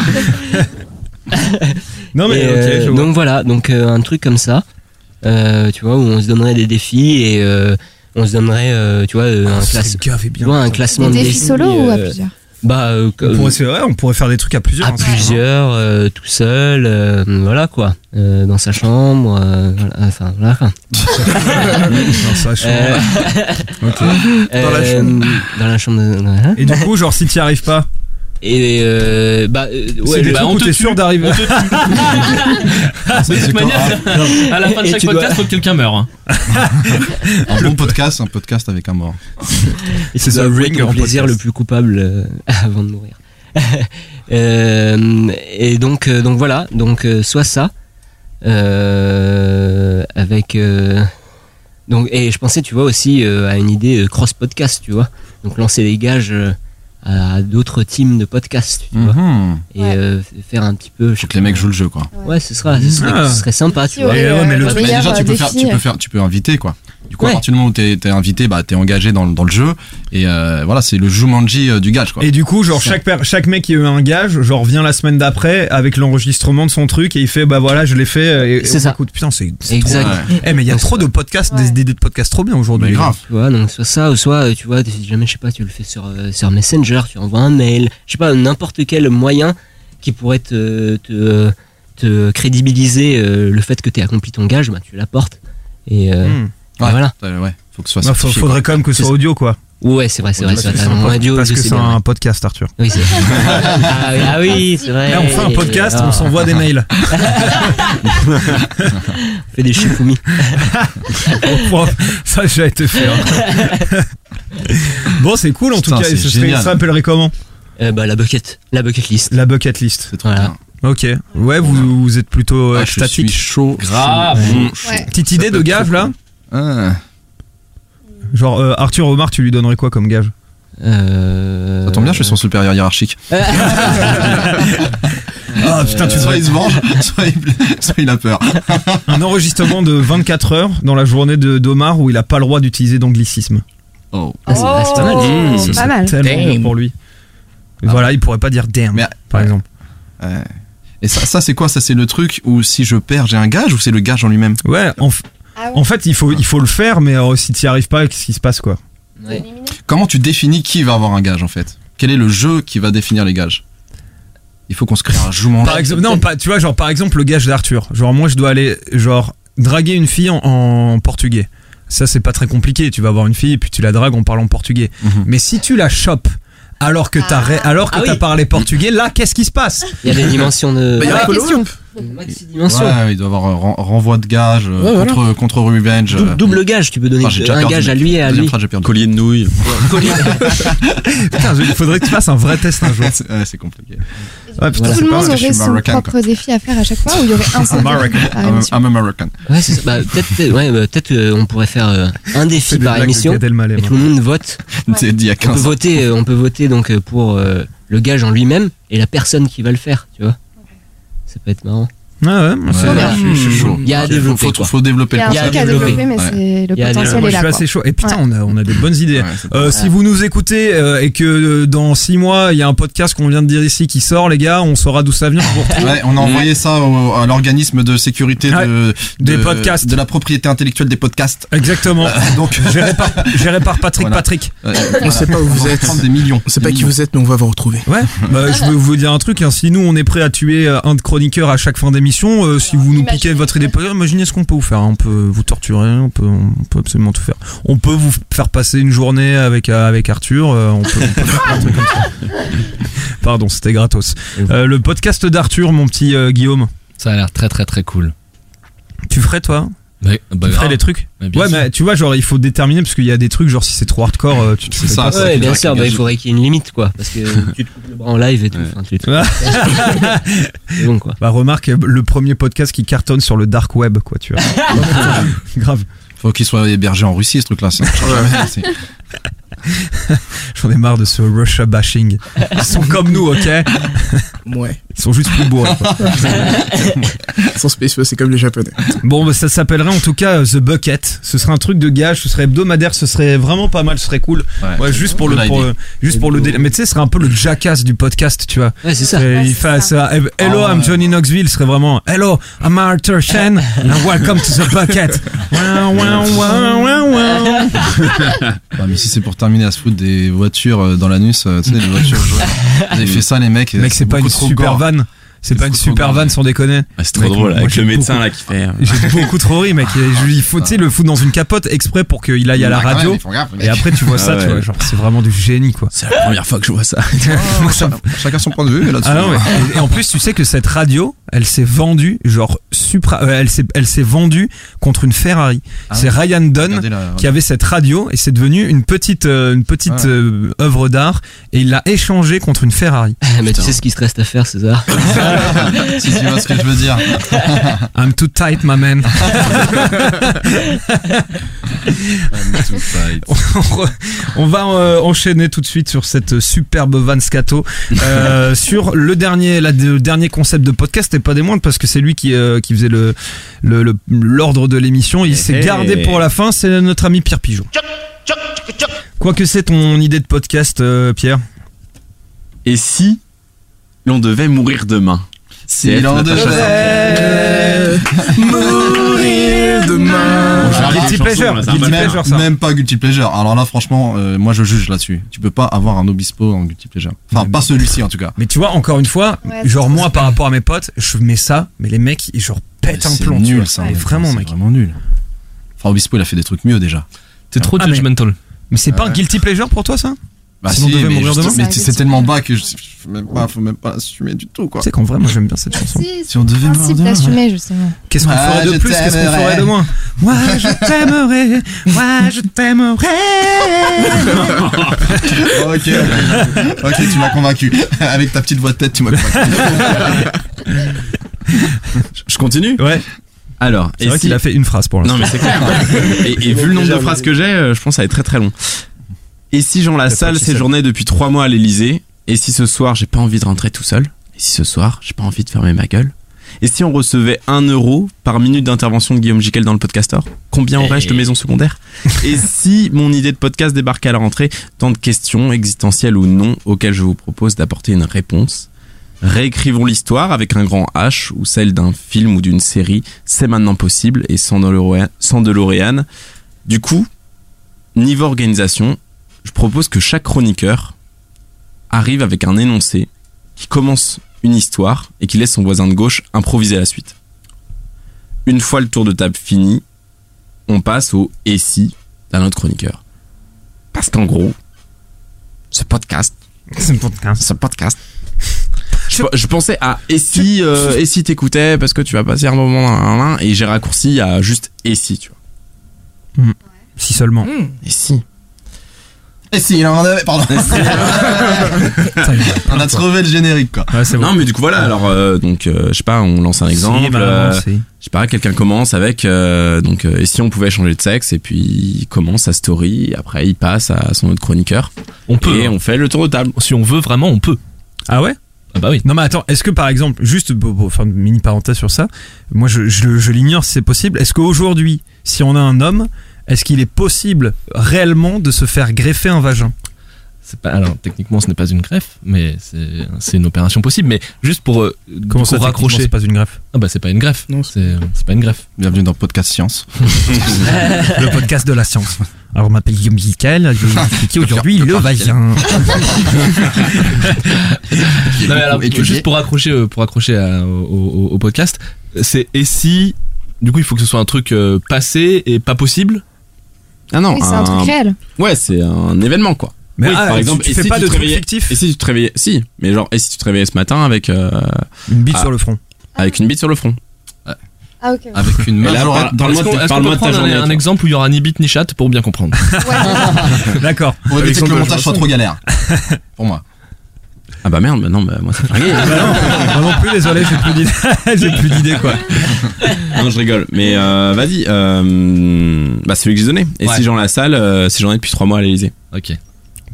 Non, mais Et, ok, euh, je vois. donc voilà, donc euh, un truc comme ça, euh, tu vois, où on se donnerait des défis et euh, on se donnerait, euh, tu vois, euh, un, Ça classe, serait gavé tu bien. vois, un classement Des de défis solo ou à euh, plusieurs? Bah, euh, On comme- pourrait, c'est vrai, on pourrait faire des trucs à plusieurs. à hein, c'est plusieurs, euh, tout seul, euh, voilà quoi, euh, dans sa chambre, euh, voilà, enfin voilà. quoi. vrai. Dans sa chambre. Euh, Ok. Dans la euh, chambre. Dans la chambre. de- voilà. Et du coup, genre, si t'y arrives pas, Et euh, bah euh, c'est ouais, des le- bah, trucs on où te t'es tue. sûr d'arriver. On te tue. De toute manière, à la fin de Et chaque tu dois- podcast, faut que quelqu'un meure. hein. Un bon podcast, un podcast avec un mort. Et C'est c'est The ça Ring ton en plaisir podcast. le plus coupable euh, avant de mourir. Euh, et donc euh, donc voilà, donc euh, soit ça euh, avec euh, donc et je pensais tu vois aussi euh, à une idée cross podcast, tu vois. Donc lancer des gages euh, à d'autres teams de podcasts, tu vois. Mhm. Et Ouais. euh, faire un petit peu je sais Faut que les mecs pas, jouent le jeu, quoi. Ouais, ce sera ce serait, Ah. ce serait sympa, tu Si, vois. ouais, Et ouais, mais le euh, truc- Mais meilleur, déjà, tu euh, peux faire, défi. tu peux faire, tu peux inviter, quoi. Du coup, Ouais. à partir du moment où t'es, t'es invité, bah, t'es engagé dans, dans le jeu. Et, euh, voilà, c'est le Jumanji euh, du gage, quoi. Et du coup, genre, chaque, per- chaque mec qui a eu un gage, genre, vient la semaine d'après avec l'enregistrement de son truc et il fait, bah voilà, je l'ai fait. Et, C'est et ça. Écoute, putain, c'est, c'est Exact. trop. Ouais. Eh, mais il y a trop de podcasts, Ouais. des idées de podcasts trop bien aujourd'hui. Mais grave. Tu vois, donc soit ça, ou soit, euh, tu vois, si jamais, je sais pas, tu le fais sur, euh, sur Messenger, tu envoies un mail, je sais pas, n'importe quel moyen qui pourrait te, te, te crédibiliser euh, le fait que tu aies accompli ton gage, bah tu l'apportes. Et, euh, Hmm. et Ouais. voilà. Ouais, ouais. Faut que ce soit Bah, faut- certifié, faudrait quoi. quand même que ce soit C'est- audio, quoi. Ouais, c'est vrai, c'est vrai, Parce c'est que vrai. c'est un, Mon pod- radio, parce je que sais c'est bien, un ouais. podcast, Arthur. Oui, c'est ah, oui, ah oui, c'est vrai. Là, on fait un podcast, Ah. on s'envoie des mails. On fait des shifumi. Bon, ça a déjà été fait. hein. Bon, c'est cool en tout Putain, cas. c'est Et ce serait- génial. ça s'appellerait comment? Euh, bah, la bucket, la bucket list. La bucket list. C'est trop Voilà. bien. Ok. Ouais, vous, vous êtes plutôt Ah, je extatique. suis chaud. Grave. chaud, Mm. chaud. Ouais. Petite Ça idée peut de être gage trop là? Ah. Genre, euh, Arthur Omar, tu lui donnerais quoi comme gage? Euh... Ça tombe bien, je suis son supérieur hiérarchique. Ah putain, tu Soit devrais. il se venge, soit il, soit il a peur. Un enregistrement de vingt-quatre heures dans la journée de d'Omar où il a pas le droit d'utiliser d'anglicisme. Oh. Ah, c'est ah, c'est pas mal. Oh, Mmh. Ça pas serait mal. tellement Damn. dur pour lui. Ah. Voilà, il pourrait pas dire damn, Mais- par ouais. exemple. Ouais. Et ça, ça c'est quoi? Ça, c'est le truc où si je perds, j'ai un gage, ou c'est le gage en lui-même? Ouais, en, f- Ah ouais. en fait, il faut, il faut le faire, mais euh, si t'y arrives pas, qu'est-ce qui se passe, quoi? Ouais. Comment tu définis qui va avoir un gage, en fait? Quel est le jeu qui va définir les gages? Il faut qu'on se crée un jouement. Par exemple, non, pas, tu vois, genre, par exemple, le gage d'Arthur. Genre, moi, je dois aller, genre, draguer une fille en, en portugais. Ça, c'est pas très compliqué. Tu vas voir une fille et puis tu la dragues en parlant portugais. Mhm. Mais si tu la chopes alors que t'as, ré- alors que Ah t'as oui. parlé portugais, là, qu'est-ce qui se passe? Il y a des dimensions de. Bah, il y a Ouais, un question. Maxi dimension. Ouais, il doit y avoir un ren- renvoi de gage euh, Ouais, voilà. contre, contre revenge. Dou- euh. double gage, tu peux donner Ah, j'ai déjà un perdu, gage à mec. lui et à Deuxième lui. phrase, j'ai perdu. Collier de nouilles. Putain, il faudrait que tu fasses un vrai test un jour. C'est- ouais, c'est compliqué. Ouais, putain, Voilà. c'est Tout le pas monde mal. je aurait suis son American, propre quoi. défi à faire à chaque fois ou il y aurait un seul American. défi par I'm, émission. I'm American. Ouais, c'est ça. Bah, peut-être, peut-être- ouais, bah, peut-être euh, on pourrait faire euh, un C'est défi des par blagues de émission Gad Elmaleh, et moi. tout le monde vote. C'est dit il y a On peut quinze ans. voter, euh, on peut voter donc euh, pour euh, le gage en lui-même et la personne qui va le faire, tu vois. Ça peut être marrant. Ouais, ouais, moi, c'est Ouais, bien. je suis- je suis chaud. Il y a à Faut- développer, Faut, quoi. faut développer Il y le a un Il y a truc à à développer. développer, mais Ouais. c'est le Il y a à potentiel Moi, est je là. suis quoi. assez chaud. Et putain, Ouais. on a, on a des bonnes idées. Ouais, c'est Euh, pas- si vous nous écoutez euh, et que euh, dans six mois il y a un podcast qu'on vient de dire ici qui sort, les gars, on saura d'où ça vient. Vous retrouvez. Ouais, on a envoyé ça au- à l'organisme de sécurité Ouais. de, Des de- podcasts. de la propriété intellectuelle des podcasts. Exactement. Donc, Géré par, géré par Patrick Voilà. Patrick. euh, On sait pas où vous on va êtes. prendre des millions. On sait Des pas qui millions. vous êtes, mais on va vous retrouver. Ouais. Bah, je veux vous dire un truc. Hein, si nous on est prêt à tuer euh, un de chroniqueurs à chaque fin d'émission, euh, si vous nous imaginez. piquez votre idée, imaginez ce qu'on peut vous faire. hein. On peut vous torturer, on peut, on peut absolument tout faire. On peut vous faire passer une journée avec euh, avec Arthur. euh, on, peut, on peut faire un truc comme ça. Pardon, c'était gratos. Euh, le podcast d'Arthur, mon petit euh, Guillaume. Ça a l'air très très très cool. Tu ferais toi? Ouais, bah, Tu ferais grave. les trucs? Mais bien Ouais, sûr. mais tu vois, genre il faut déterminer parce qu'il y a des trucs, genre si c'est trop hardcore, euh, tu te C'est fais ça, pas. c'est Ouais, qui bien va sûr, bah, il engager. faudrait qu'il y ait une limite, quoi. Parce que tu te coupes le bras en live et tout. Ouais. Enfin, tu te- c'est bon, quoi. Bah remarque le premier podcast qui cartonne sur le dark web, quoi, tu vois. Grave. Faut qu'il soit hébergé en Russie, ce truc-là. c'est- c'est- J'en ai marre de ce Russia bashing. Ils sont comme nous, ok? Ouais. Ils sont juste plus bourrés, quoi. Ils sont spéciaux, c'est comme les Japonais. Bon, bah, ça s'appellerait en tout cas The Bucket. Ce serait un truc de gage, ce serait hebdomadaire, ce serait vraiment pas mal, ce serait cool. Ouais, Ouais, juste pour le, pour, euh, juste pour le délire. Mais tu sais, ce serait un peu le Jackass du podcast, tu vois. Ouais, c'est ça. Et Ouais, il c'est fait ça. ça. Hello, Oh, I'm ouais. Johnny Knoxville, serait vraiment Hello, I'm Arthur Shen, and welcome to the bucket. Wow, wow, wow, wow, wow. Bah, mais si c'est pour terminer à se foutre des voitures euh, dans l'anus, euh, tu sais, les voitures jouées. Vous avez fait ça, les mecs. Mec, c'est pas une beaucoup trop super gore. vanne. C'est pas une beaucoup trop super gore, vanne mais- sans déconner. Ah, c'est trop Mec, drôle moi, avec j'ai le médecin beaucoup- là qui fait. euh, J'ai beaucoup trop ri, mec. Et Il faut, tu sais, le foutre dans une capote exprès pour qu'il aille à la Ah, quand radio. même, ils font gaffe, les Et mecs. après, tu vois Ah ça, tu ouais. vois. Genre, c'est vraiment du génie, quoi. C'est la première fois que je vois ça. Moi, ça me- Chacun son point de vue là-dessus. Ah non, mais- et, et en plus, tu sais que cette radio, elle s'est vendue, genre, supra, euh, elle s'est, elle s'est vendue contre une Ferrari. Ah c'est ouais. Ryan Dunn Regardez la- qui avait cette radio et c'est devenu une petite, euh, une petite Ouais. euh, œuvre d'art et il l'a échangée contre une Ferrari. Mais tu sais ce qu'il te reste à faire, César. Si tu vois ce que je veux dire. I'm too tight, my man. on, re- on va euh, enchaîner tout de suite sur cette superbe Van Scato, euh, sur le dernier, la, le dernier concept de podcast et pas des moindres parce que c'est lui qui, euh, qui faisait le, le, le- l'ordre de l'émission. Il s'est Hey. gardé pour la fin. C'est notre ami Pierre Pigeon. Quoi que c'est ton idée de podcast, euh, Pierre? Et si l'on devait mourir demain? Si l'on Natacha devait mourir demain. Bon, j'ai Guilty pleasure, là, c'est un guilty bonheur. pleasure, ça. Même pas guilty pleasure. Alors là, franchement, euh, moi je juge là-dessus. Tu peux pas avoir un Obispo en guilty pleasure. Enfin, pas celui-ci en tout cas. Mais tu vois, encore une fois, Ouais, c'est genre trop moi super. par rapport à mes potes, je mets ça, mais les mecs, ils genre pètent un C'est plomb. tu nul vois. ça. Ouais, en même vraiment, temps, mec. C'est vraiment nul. Enfin, Obispo, il a fait des trucs mieux déjà. T'es trop Ah, mais- judgmental. Mais c'est pas un Ouais. guilty pleasure pour toi, ça? Bah Si l'on devait mais, mourir juste- demain. mais C'est un c'est guilty tellement pleasure. bas que je, faut même pas, faut même pas assumer du tout quoi. Tu sais qu'en vrai, moi j'aime bien cette chanson. Si, Si on devait c'est le principe mourir demain, d'assumer, justement. Qu'est-ce qu'on Ah, ferait de je plus? Qu'est-ce qu'on t'aimerais. ferait de moins? Moi je t'aimerais, moi je t'aimerais. Ok, ok, ok, tu m'as convaincu. Avec ta petite voix de tête, tu m'as convaincu. Je continue? Ouais, Alors, c'est et vrai si- qu'il a fait une phrase pour l'instant. Non mais c'est clair. et, et vu le nombre de phrases que j'ai, euh, je pense que ça va être très très long. Et si Jean Lassalle pas qui séjournait depuis trois mois à l'Elysée? Et si ce soir j'ai pas envie de rentrer tout seul? Et si ce soir j'ai pas envie de fermer ma gueule? Et si on recevait un euro par minute d'intervention de Guillaume Jiquel dans le podcaster? Combien aurais-je de maisons secondaires? Et si mon idée de podcast débarquait à la rentrée? Tant de questions, existentielles ou non, auxquelles je vous propose d'apporter une réponse. Réécrivons l'histoire avec un grand H ou celle d'un film ou d'une série. C'est maintenant possible et sans DeLorean. Sans DeLorean. Du coup, niveau organisation, je propose que chaque chroniqueur arrive avec un énoncé qui commence une histoire et qui laisse son voisin de gauche improviser la suite. Une fois le tour de table fini, on passe au « et si » d'un autre chroniqueur. Parce qu'en gros, ce podcast, C'est une podcast. ce podcast, je, je pensais à « et si, euh, et si t'écoutais parce que tu vas passer un moment dans un, un, un » et j'ai raccourci à juste « et si » tu vois. Si seulement. Et si. Et si, il en avait, pardon. Ça y est. On a trouvé le générique quoi. Ouais, c'est bon. Non mais du coup voilà, alors euh, donc euh, je sais pas, on lance un exemple. Si, bah, euh, non, si. je sais pas, quelqu'un commence avec euh, donc euh, et si on pouvait changer de sexe et puis il commence sa story, et après il passe à son autre chroniqueur On peut. et hein. on fait le tour de table. Si on veut vraiment, on peut. Ah ouais? Ah bah oui. Non mais attends, est-ce que par exemple, juste pour, pour faire une mini parenthèse sur ça, moi je, je, je l'ignore si c'est possible, est-ce qu'aujourd'hui, si on a un homme, est-ce qu'il est possible réellement de se faire greffer un vagin? C'est pas, alors techniquement, ce n'est pas une greffe, mais c'est, c'est une opération possible. Mais juste pour, euh, Comment pour ça, techniquement, raccrocher. c'est pas une greffe? Ah bah c'est pas une greffe. Non, c'est, c'est pas une greffe. Bienvenue dans Podcast Science. Le podcast de la science. Alors, on m'appelle Guillaume Jiquel, je vais vous expliquer aujourd'hui le vagin. Non, mais alors, étudié. juste pour accrocher, euh, pour accrocher à- au, au- au podcast, c'est et si, du coup, il faut que ce soit un truc euh, passé et pas possible. Ah non, Oui, c'est un truc réel. ouais, c'est un événement quoi. Mais Oui, ah, par tu- exemple, tu et fais si pas tu de te trucs réveillais- fictifs? Et si tu te réveillais, si, mais genre et si tu te réveillais ce matin avec euh, Une bite Ah. sur le front. avec une bite sur le front. Ah, ok. Avec une Et là, majora- par- parle-moi Est-ce qu'on, de ta- est-ce qu'on parle-moi peut de ta prendre journée. un, un toi. exemple où il y aura ni bite ni chatte pour bien comprendre? Ouais. D'accord. Pour éviter que le Alexandre, montage je soit ressens. trop galère. Pour moi. Ah bah merde, bah non, bah moi c'est flingué. Bah non, moi non plus, désolé, j'ai plus d'idées. J'ai plus d'idées quoi. Non, je rigole. Mais euh, vas-y, euh, bah celui que j'ai donné. Et Ouais. si Jean Lassalle, euh, si j'en ai depuis trois mois à l'Elysée. Ok.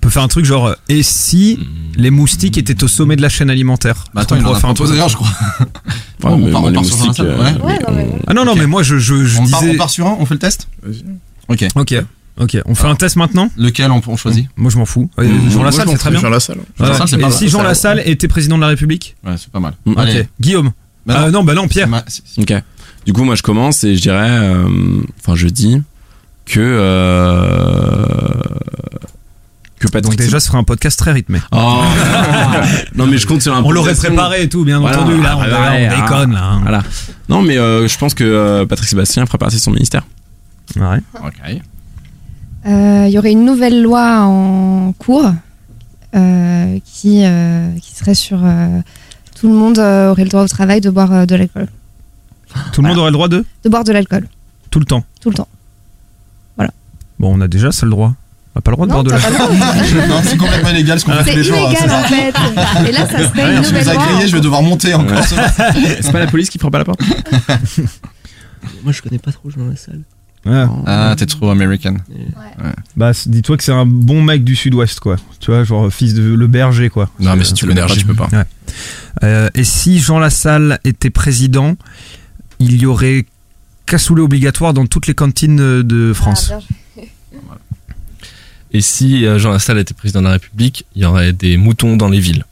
peut faire un truc genre et si les moustiques étaient au sommet de la chaîne alimentaire. Bah attends, on il en pourrait a faire un proposé truc. d'ailleurs, je crois. Ouais, on mais part- moi, on les part sur moustiques, un, euh, Ouais, non, mais- Ah non non mais moi je je, je on, part, disais. on part sur un, on fait le test. Vas-y. Ok. Ok ok on fait Alors. un test maintenant. Lequel on, on choisit Moi je m'en fous. Euh, Mmh. Jean Moi, Lassalle je c'est très bien. Jean Lassalle. Ouais. Jean Lassalle, c'est Et pas si mal. Jean Lassalle était président de la République. Ouais, c'est pas mal. Mm. Allez. Ok. Guillaume. Bah Ah, non bah non Pierre. C'est ma- c'est- c'est- Ok. Du coup, moi, je commence et je dirais, euh, enfin, je dis que euh, que Donc Patrick. déjà ce serait un podcast très rythmé. Oh. Non, mais je compte sur un. On l'aurait podcast long. préparé et tout bien Voilà, entendu là on, ah, là, on ouais, déconne là. hein. Voilà. Non, mais euh, je pense que euh, Patrick Sébastien fera partie de son ministère. Ouais. Ok. Euh, Il y aurait une nouvelle loi en cours euh, qui, euh, qui serait sur euh, tout le monde euh, aurait le droit au travail de boire euh, de l'alcool. Tout le monde aurait le droit de De boire de l'alcool, tout le temps. tout le temps. Bon on a déjà ça le droit. On a pas le droit de Non, boire de t'as la. pas le droit. Non, c'est complètement illégal ce qu'on fait tous C'est les jours. hein, illégal c'est en ça. fait. Et là, ça serait Ouais, une Si nouvelle vous a loi. grillé, je vais devoir monter encore. C'est pas la police qui fera pas la porte. Moi, je connais pas trop Jean Lassalle. Ouais. Ah, t'es trop American. Bah c- dis-toi que c'est un bon mec du sud-ouest quoi. Tu vois genre fils de le berger quoi. Non, mais si tu C'est connais pas, le tu peux pas. Ouais. Euh, et si Jean Lassalle était président, il y aurait cassoulet obligatoire dans toutes les cantines euh, de France. Ah, bien. Et si euh, Jean Lassalle était président de la République, il y aurait des moutons dans les villes.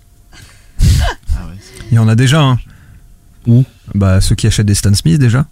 Il y en a déjà hein. Où Bah ceux qui achètent des Stan Smith déjà.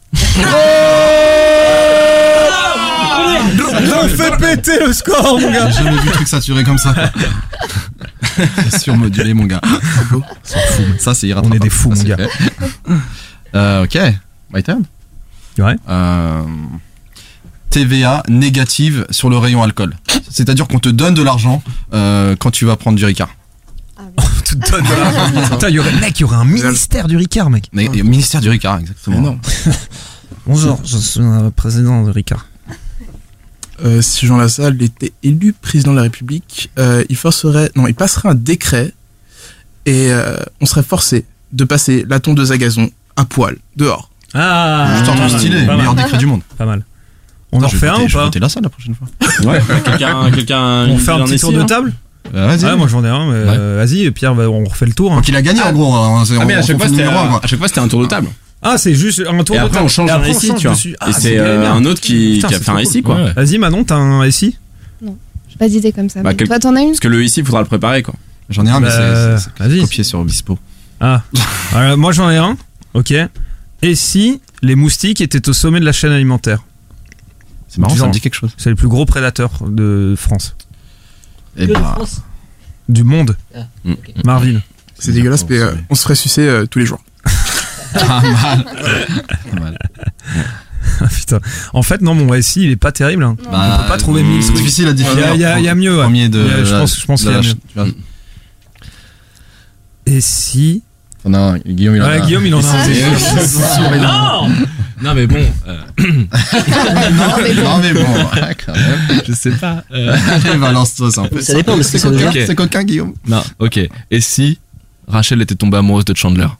On fait péter le score mon gars. J'ai jamais vu un truc saturé comme ça. C'est surmodulé, mon gars. S'en fout. Ça, c'est irrattrapable. On est des fous, Ça, mon c'est gars. fait. Euh, ok. My turn. Ouais. Euh, T V A négative sur le rayon alcool. C'est-à-dire qu'on te donne de l'argent euh, quand tu vas prendre du Ricard. Tu te donnes de l'argent. Putain, il y aurait mec, il y aurait un ministère du Ricard mec. Mais, et ministère du Ricard, exactement. Mais non. Bonjour, je suis un président de Ricard. Euh, si Jean Lassalle était élu président de la République, euh, il forcerait, non, il passerait un décret et euh, on serait forcé de passer la tondeuse à gazon à poil dehors. Ah, Je t'entends stylé, pas meilleur mal. décret du monde. Pas mal. On Non, en je refait vais un voter- ou Je vais pas voter la salle la prochaine fois. Ouais. Quelqu'un, quelqu'un. On fait un petit tour de table. Euh, vas-y. Ouais, moi j'en ai un, mais Ouais. euh, vas-y, Pierre, va- on refait le tour. hein. Donc il a gagné en gros. hein, c'est- Ah, mais on- à on chaque fois, fait le c'était numéro un, un- quoi. à chaque fois, c'était un tour de table. Ah, c'est juste un tour Et de après, table. on change Et un après, on ici, change tu vois. dessus. Ah, Et c'est euh, bien. un autre qui, Putain, qui a c'est fait un trop ici, cool. quoi. Ouais. Vas-y, Manon, t'as un ici J'ai pas d'idée comme ça. Bah, mais quel- Toi, t'en as une Parce que le ici, il faudra le préparer, quoi. J'en ai un, mais Bah, c'est- c'est vas-y. c'est copié sur Obispo. Ah, alors, moi j'en ai un. Ok. Et si les moustiques étaient au sommet de la chaîne alimentaire? C'est marrant, ça Genre. me dit quelque chose. C'est le plus gros prédateur de France, Et Que de bah. France. du monde. Ah, Mm. ok. Marvin. C'est dégueulasse, mais euh, on se ferait sucer euh, tous les jours. Pas mal. Pas mal. Ah, putain. En fait, non, mon récit il est pas terrible. hein. Bah, On peut pas trouver mille C'est trucs. difficile à Il y définir. a, il y a- il y a mieux. ouais. Premier de. Il y a- je la- pense, je pense de qu'il y a la- mieux. tu vois. Et si. On a un, Guillaume, il en a Ouais, un. Guillaume, il en a un. Non Non mais bon, euh, Non, mais bon, ouais, quand même. je sais pas. euh, Allez, balance-toi, c'est un peu Ça dépend, parce que C'est ça coquin, devient- c'est coquin, Guillaume. non, ok. Et si Rachel était tombée amoureuse de Chandler?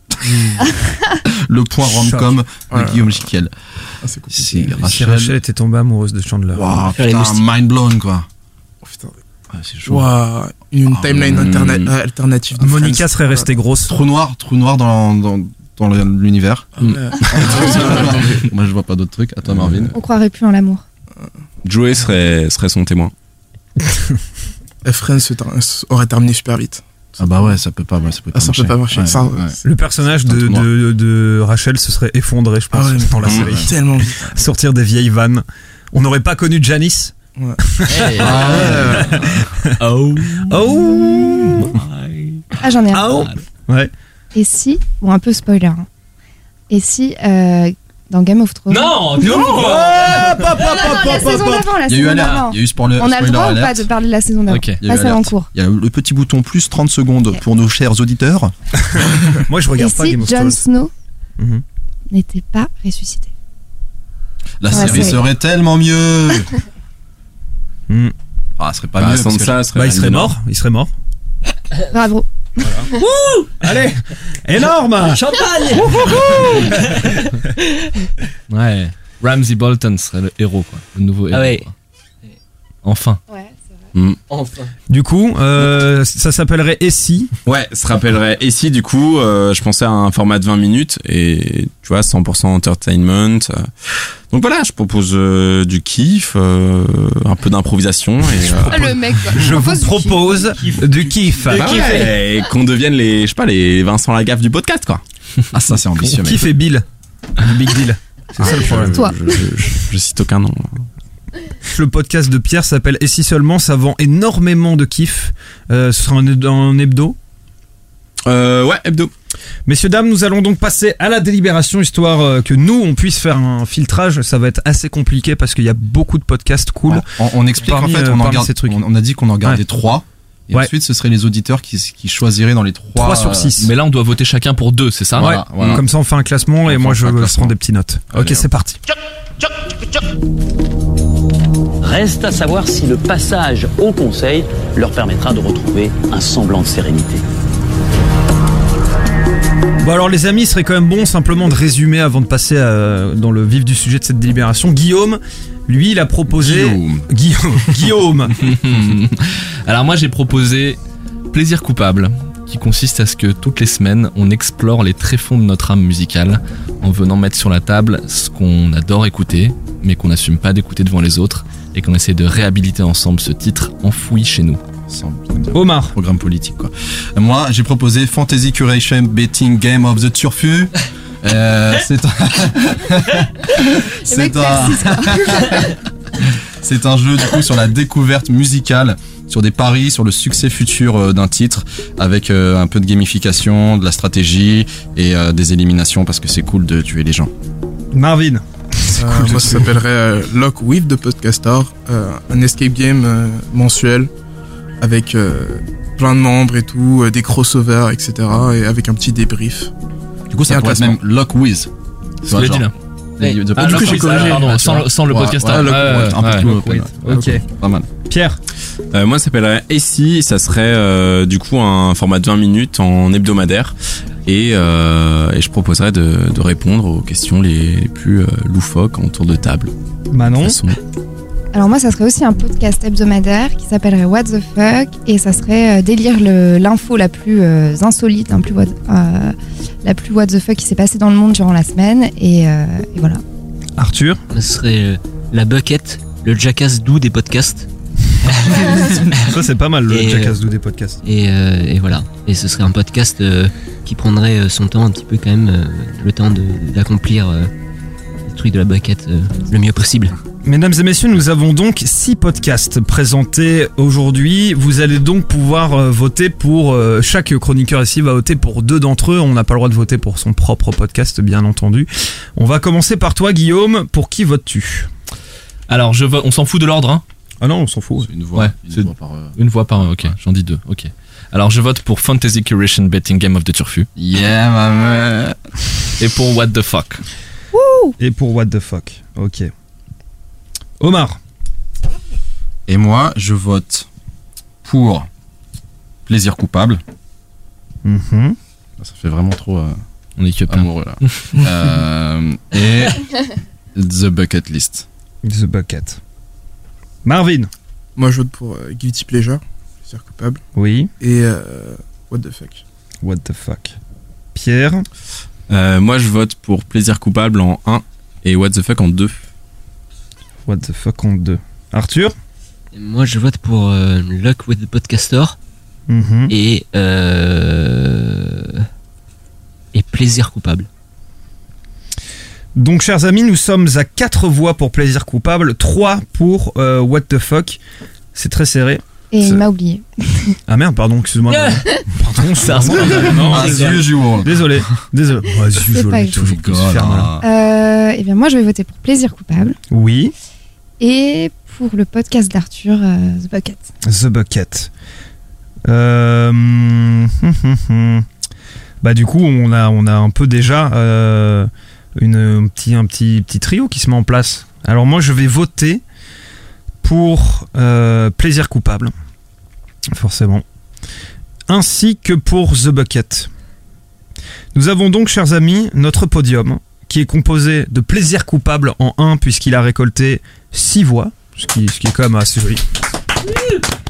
Le point rom-com de Voilà. Guillaume Jiquel. Ah, c'est cool. Si Si Rachel. Rachel était tombée amoureuse de Chandler. Waouh, Faire les putain, moustiques. mind blown, quoi. Oh, putain. Ouais, c'est chaud. Ouah, une Oh, timeline mm. interna- euh, alternative. de Monica Friends. serait restée grosse. Trou noir, trou noir dans, dans, dans l'univers. Euh, Moi, je vois pas d'autres trucs. À toi, Marvin. On croirait plus en l'amour. Joey serait, serait son témoin. euh, Friends se ter- se- aurait terminé super vite. Ah bah ouais, ça peut pas, ouais, ça peut Ah, ça peut pas marcher. Ouais, Ça- ouais. Le personnage C'est un de, trou noir. de, de Rachel se serait effondré, je pense, Ah ouais, dans la ouais. série. Tellement vite. Sortir des vieilles vannes. On n'aurait pas connu Janice. Ah ouais. Oh. Oh Ah, j'en ai un. Oh Ouais. Et si, bon, un peu spoiler. hein. Et si, euh, dans Game of Thrones. Non, non. Non, non, non, la saison d'avant, la Il y a eu saison alerte. d'avant. Il y a eu spoiler, On a le spoiler droit ou pas alert. de parler de la saison d'avant? Ok. Il y a eu Pas celle en alerte. cours. Il y a le petit bouton plus trente secondes Ok. pour nos chers auditeurs. Moi, je Et regarde pas si Game of Jon Thrones. Snow Mhm. n'était pas ressuscité? La Dans la série série. serait tellement mieux. Hmm. Ah, ce serait pas Bah, mieux. parce que- Sansa serait Bah, il serait Aliénor. mort. Il serait mort. Bravo. Allez Énorme Champagne. Ouais. Ramsey Bolton serait le héros, quoi. Le nouveau héros. Ah ouais. quoi. Enfin. Ouais, c'est vrai. Mm. Enfin. Du coup, euh, ça s'appellerait Et si? Ouais, ça rappellerait. Et si du coup, euh, je pensais à un format de vingt minutes et tu vois, cent pour cent entertainment. euh. Donc voilà, je propose euh, du kiff, euh, un peu d'improvisation et, euh, Ah, le mec, quoi. Je vous propose du propose du kiff. bah ouais, et qu'on devienne les, je sais pas, les Vincent Lagaffe du podcast quoi. Ah, ça, c'est ambitieux, mec. Kiff et Bill. Le Big Deal. C'est ça le problème. Toi. Je, je, je, je cite aucun nom. Le podcast de Pierre s'appelle Et si seulement, ça vend énormément de kiff. Euh, ce sera un, un hebdo. Euh, ouais, hebdo. Messieurs, dames, nous allons donc passer à la délibération, histoire euh, que nous, on puisse faire un filtrage. Ça va être assez compliqué parce qu'il y a beaucoup de podcasts cool. On, on explique Parmi, en fait, euh, on, en parmi garde, ces trucs. on, on a dit qu'on en gardait Ouais. trois. Et Ouais. ensuite, ce seraient les auditeurs qui, qui choisiraient dans les trois. trois sur euh, six. Mais là, on doit voter chacun pour deux, c'est ça? Voilà, voilà. Comme ça, on fait un classement On et fait moi, un je, je classement. prends des petites notes. Allez, ok, hop. c'est parti. Reste à savoir si le passage au Conseil leur permettra de retrouver un semblant de sérénité. Bon alors les amis, il serait quand même bon simplement de résumer avant de passer à- dans le vif du sujet de cette délibération. Guillaume, lui, il a proposé... Guillaume. Guillaume. Guillaume. Alors moi j'ai proposé Plaisir coupable, qui consiste à ce que toutes les semaines on explore les tréfonds de notre âme musicale en venant mettre sur la table ce qu'on adore écouter mais qu'on n'assume pas d'écouter devant les autres et qu'on essaie de réhabiliter ensemble ce titre enfoui chez nous. Sans- Omar. Programme politique, quoi. Moi, j'ai proposé Fantasy Curation Betting Game of the Turfu. Euh, c'est un... c'est un... c'est un jeu du coup sur la découverte musicale, sur des paris, sur le succès futur euh, d'un titre, avec euh, un peu de gamification, de la stratégie et euh, des éliminations parce que c'est cool de tuer les gens. Marvin. Euh, moi, ça s'appellerait euh, Lock with the Podcaster, euh, un escape game euh, mensuel avec euh, plein de membres et tout, euh, des crossovers, et cetera. Et avec un petit débrief. Du coup, Et ça un pourrait être classement. même Lock with. Ce que j'ai dit là. Ouais. De- de- Ah, du Lock coup, j'ai with, corrigé. pardon, Ah, sans tu le- vois. sans le Ouais, podcaster. ouais, Lock Ouais, with, un peu ouais, plus Lock open. with. Ok. Pas mal. Pierre. Euh, moi, ça s'appellerait Et si, ça serait euh, du coup un format de vingt minutes en hebdomadaire et, euh, et je proposerais de, de répondre aux questions les, les plus euh, loufoques en tour de table. Manon. De toute façon, Alors moi, ça serait aussi un podcast hebdomadaire qui s'appellerait What the Fuck et ça serait euh, délire le- l'info la plus euh, insolite, hein, plus what, euh, la plus What the Fuck qui s'est passée dans le monde durant la semaine et, euh, et voilà. Arthur. Ce serait euh, la bucket, le jackass doux des podcasts. Ça c'est pas mal le Et, Jackass do des podcasts. Et, euh, et voilà. Et ce serait un podcast euh, qui prendrait euh, son temps un petit peu quand même, euh, le temps de- d'accomplir euh, le truc de la bucket euh, le mieux possible. Mesdames et messieurs, nous avons donc six podcasts présentés aujourd'hui. Vous allez donc pouvoir euh, voter pour... euh, chaque chroniqueur ici va voter pour deux d'entre eux. On n'a pas le droit de voter pour son propre podcast, bien entendu. On va commencer par toi, Guillaume. Pour qui votes-tu? Alors je vote, on s'en fout de l'ordre hein. Ah non, on s'en fout. C'est une voix, Ouais, une c'est- voix par. euh, Une voix par un, ok, j'en dis deux, ok. Alors je vote pour Fantasy Curation Betting Game of the Turfu Yeah, ma mère. et pour What the Fuck. Et pour What the Fuck. Ok. Omar. Et moi, je vote pour Plaisir coupable. Mhm. Ça fait vraiment trop euh, On est que plein. amoureux là. Euh, et The Bucket List. The Bucket. Marvin. Moi, je vote pour euh, Guilty Pleasure, c'est coupable, Oui. et euh, What the Fuck. What the fuck. Pierre. euh, moi, je vote pour Plaisir coupable en un et What the fuck en deux. What the fuck en deux. Arthur. Et moi, je vote pour euh, Luck with the Podcaster Mhm. et euh, et Plaisir coupable. Donc, chers amis, nous sommes à quatre voix pour Plaisir coupable, trois pour euh, What the fuck. C'est très serré. Et C'est- il m'a oublié. Ah merde, pardon, excuse-moi. Pardon, Ça pardon. Non, As désolé. usual. Désolé, désolé. As usual, pas mais grave. toujours Rigole, super malin. hein. Euh, et bien moi, je vais voter pour Plaisir coupable Oui, et pour le podcast d'Arthur, euh, The Bucket. The Bucket. Euh... hum, hum, hum. Bah du coup, on a, on a un peu déjà euh, une, un, petit, un petit, petit trio qui se met en place. Alors moi, je vais voter pour euh, Plaisir coupable, forcément, ainsi que pour The Bucket. Nous avons donc, chers amis, notre podium, qui est composé de Plaisir coupable en un, puisqu'il a récolté six voix, ce qui, ce qui est quand même assez joli.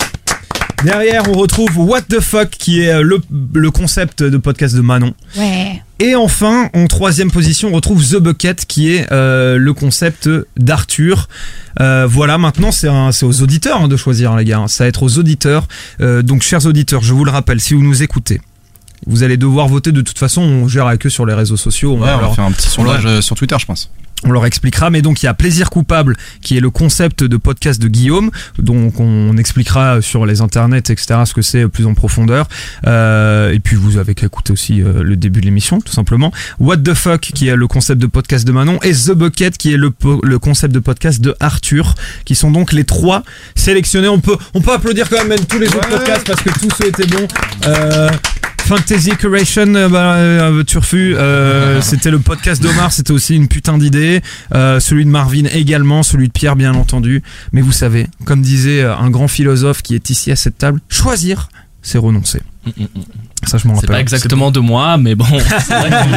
Derrière, on retrouve What the Fuck, qui est le, le concept de podcast de Manon. Ouais. Et enfin, en troisième position, on retrouve The Bucket, qui est euh, le concept d'Arthur. Euh, voilà, maintenant, c'est, un, c'est aux auditeurs hein, de choisir, les gars. Ça va être aux auditeurs. Euh, donc, chers auditeurs, je vous le rappelle, si vous nous écoutez, vous allez devoir voter. De toute façon, on gère avec eux sur les réseaux sociaux. Ouais, on, on leur... va faire un petit sondage ouais. sur Twitter, je pense. On leur expliquera, mais donc il y a Plaisir Coupable qui est le concept de podcast de Guillaume, donc on expliquera sur les internets et cetera ce que c'est plus en profondeur, euh, et puis vous avez qu'à écouter aussi euh, le début de l'émission tout simplement. What the Fuck qui est le concept de podcast de Manon, et The Bucket qui est le, po- le concept de podcast de Arthur, qui sont donc les trois sélectionnés. On peut, on peut applaudir quand même tous les autres ouais. podcasts parce que tous ceux étaient bons. Euh, Fantasy Curation, euh, bah, euh, Turfu, euh, c'était le podcast d'Omar, c'était aussi une putain d'idée. Euh, celui de Marvin également, celui de Pierre bien entendu. Mais vous savez, comme disait un grand philosophe qui est ici à cette table, choisir, c'est renoncer. Mmh, mmh. Ça, je m'en rappelle. C'est pas exactement de moi, mais bon, c'est vrai que je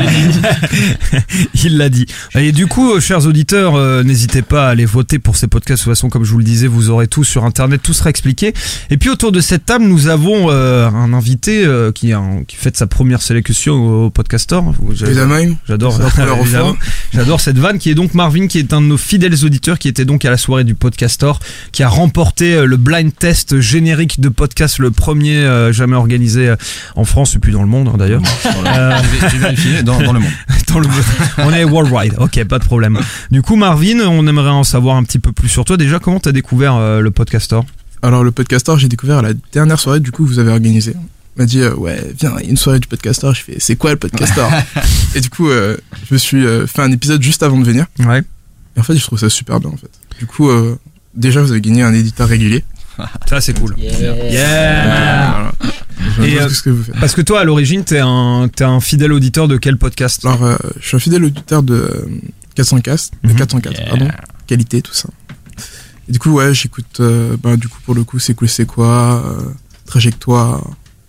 l'ai dit. Il l'a dit. Et du coup, chers auditeurs, euh, n'hésitez pas à aller voter pour ces podcasts. De toute façon, comme je vous le disais, vous aurez tout sur Internet, tout sera expliqué. Et puis, autour de cette table, nous avons euh, un invité euh, qui, a, qui fait sa première sélection au, au Podcastor. Évidemment. J'adore, évidemment. J'adore cette vanne, qui est donc Marvin, qui est un de nos fidèles auditeurs, qui était donc à la soirée du Podcastor, qui a remporté le blind test générique de podcast, le premier euh, jamais organisé euh, en France et puis dans le monde hein, d'ailleurs. Euh... J'ai vérifié dans, dans le monde. Dans le monde. On est worldwide. Ok, pas de problème. Du coup, Marvin, on aimerait en savoir un petit peu plus sur toi. Déjà, comment t'as découvert euh, le Podcastor ? Alors le Podcastor, j'ai découvert à la dernière soirée du coup que vous avez organisée. On m'a dit euh, ouais viens, il y a une soirée du Podcastor. Je fais c'est quoi le Podcastor ? Et du coup, euh, je me suis euh, fait un épisode juste avant de venir. Ouais. Et en fait, je trouve ça super bien en fait. Du coup, euh, déjà vous avez gagné un éditeur régulier. Ça c'est cool. Yeah. Yeah. Voilà. Et euh, ce que vous faites. Parce que toi, à l'origine, t'es un, t'es un fidèle auditeur de quel podcast ? Alors, euh, je suis un fidèle auditeur de euh, quatre cent quatre, Mm-hmm. quatre cent quatre, Yeah. pardon, qualité, tout ça. Et du coup, ouais, j'écoute, euh, bah, du coup, pour le coup, c'est cool, c'est quoi, euh, Trajectoire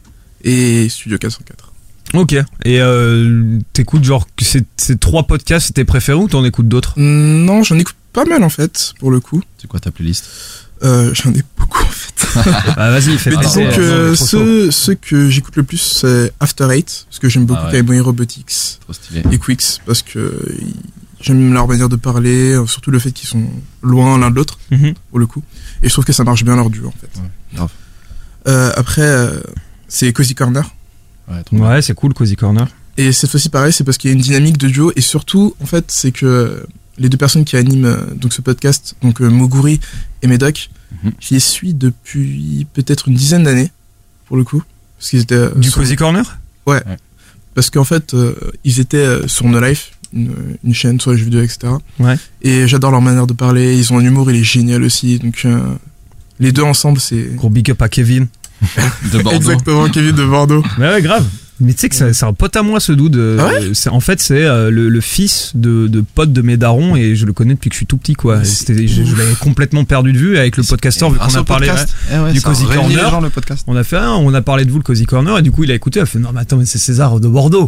et Studio quatre cent quatre. Ok. Et euh, t'écoutes genre que ces, ces trois podcasts, c'est tes préférés ou t'en écoutes d'autres ? Non, j'en écoute pas mal en fait, pour le coup. C'est quoi ta playlist ? Euh, j'en ai beaucoup en fait. Bah vas-y, fais Mais pas disons ça. que ceux, ceux que j'écoute le plus, c'est After Eight, parce que j'aime beaucoup Ah ouais. Time Robotics Trop stylé. et Quicks, parce que ils- j'aime leur manière de parler, euh, surtout le fait qu'ils sont loin l'un de l'autre, Mhm. pour le coup. Et je trouve que ça marche bien leur duo, en fait. Ouais, grave. Euh, après, euh, c'est Cozy Corner. Ouais, trop bien. Ouais, c'est cool, Cozy Corner. Et cette fois-ci, pareil, c'est parce qu'il y a une dynamique de duo. Et surtout, en fait, c'est que euh, les deux personnes qui animent euh, donc ce podcast, donc euh, Moguri et Médoc, Mhm. j'y suis depuis peut-être une dizaine d'années, pour le coup. Parce qu'ils étaient... euh, Du sur- Cozy Corner ? Parce qu'en fait, euh, ils étaient euh, sur No Life, une, une chaîne sur les jeux vidéo, et cetera. Ouais. Et j'adore leur manière de parler. Ils ont un humour, il est génial aussi. Donc, euh, les deux ensemble, c'est... Gros big up à Kevin. De Bordeaux. Exactement, Kevin de Bordeaux. Mais ouais, grave. Mais tu sais que c'est, c'est un pote à moi, ce dude. euh, Ah ouais c'est, en fait, c'est euh, le, le fils de, de pote de mes darons et je le connais depuis que je suis tout petit, quoi. Et c'était, je, je l'avais complètement perdu de vue avec le podcastor, vu qu'on a parlé ouais, Eh ouais, du ça Cozy réunit Corner. les gens, le podcast. On a fait un, on a parlé de vous, le Cozy Corner, et du coup, il a écouté, il a fait non, mais attends, mais c'est César de Bordeaux.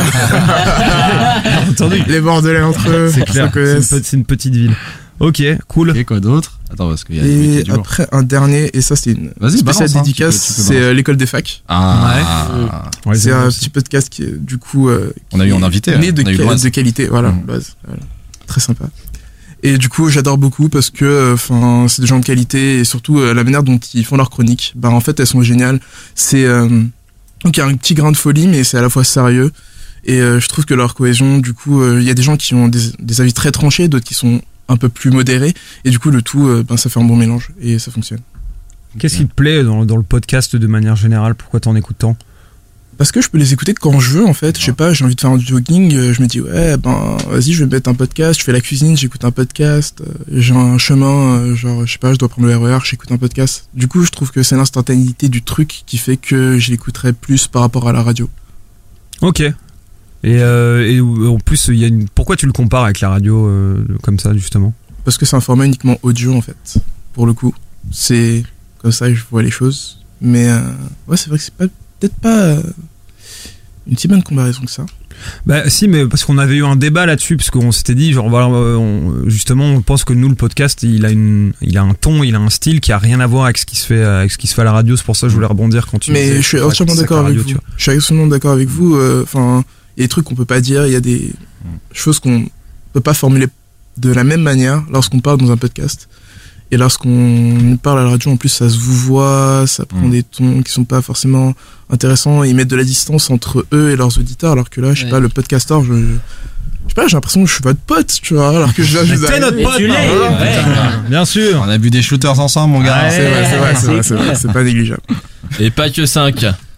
Entendu. Les Bordelais entre eux, C'est se clair, c'est une, connaissent. pe- c'est une petite ville. Ok, cool. Et quoi d'autre ? Attends, parce qu'il y a, il y a Et du lourd. après, un dernier, et ça, c'est une Vas-y, spéciale balance, hein, dédicace, tu peux- tu peux c'est balancer. euh, l'école des facs. Ah. Ouais, C'est un aussi. petit podcast qui est, du coup, euh, On a eu un invité, né hein. de, On a eu ca- Loise. de qualité, voilà, Mhm. Loise, voilà. Très sympa. Et du coup, j'adore beaucoup parce que, enfin, c'est des gens de qualité et surtout euh, la manière dont ils font leurs chroniques. Bah, en fait, elles sont géniales. C'est euh, donc il y a un petit grain de folie, mais c'est à la fois sérieux. Et euh, je trouve que leur cohésion, du coup, euh, il y a des gens qui ont des, des avis très tranchés, d'autres qui sont un peu plus modérés. Et du coup, le tout, euh, ben, ça fait un bon mélange et ça fonctionne. Qu'est-ce qui te plaît dans, dans le podcast de manière générale ? Pourquoi t'en écoutes tant ? Parce que je peux les écouter quand je veux, en fait. Je sais pas, j'ai envie de faire un jogging, euh, je me dis, ouais, ben, vas-y, je vais mettre un podcast. Je fais la cuisine, j'écoute un podcast. Euh, J'ai un chemin, euh, genre, je sais pas, je dois prendre le R E R, j'écoute un podcast. Du coup, je trouve que c'est l'instantanéité du truc qui fait que je l'écouterai plus par rapport à la radio. Ok. Et, euh, et en plus, il y a une... pourquoi tu le compares avec la radio euh, comme ça, justement ? Parce que c'est un format uniquement audio, en fait. Pour le coup. C'est comme ça que je vois les choses. Mais, euh, ouais, c'est vrai que c'est pas, peut-être pas euh, une si bonne comparaison que ça. Bah si, mais parce qu'on avait eu un débat là-dessus, parce qu'on s'était dit genre voilà, on, justement on pense que nous le podcast il a une, il a un ton, il a un style qui a rien à voir avec ce qui se fait, avec ce qui se fait à la radio. C'est pour ça que je voulais rebondir quand tu. Mais disais, je suis entièrement d'accord avec radio, vous. Je suis absolument d'accord avec vous. Enfin, il y a des trucs qu'on peut pas dire, il y a des choses qu'on peut pas formuler de la même manière lorsqu'on parle dans un podcast. Et lorsqu'on parle à la radio, en plus, ça se vous voit, ça prend mmh. des tons qui sont pas forcément intéressants. Ils mettent de la distance entre eux et leurs auditeurs, alors que là, je sais ouais. pas, le podcasteur, je, je sais pas, j'ai l'impression que je suis votre pote, tu vois, alors que je viens juste. C'est notre pote, ouais. Bien sûr. On a bu des shooters ensemble, mon gars. Ouais, c'est vrai, c'est vrai, c'est vrai, c'est vrai, c'est pas négligeable. Et pas que cinq.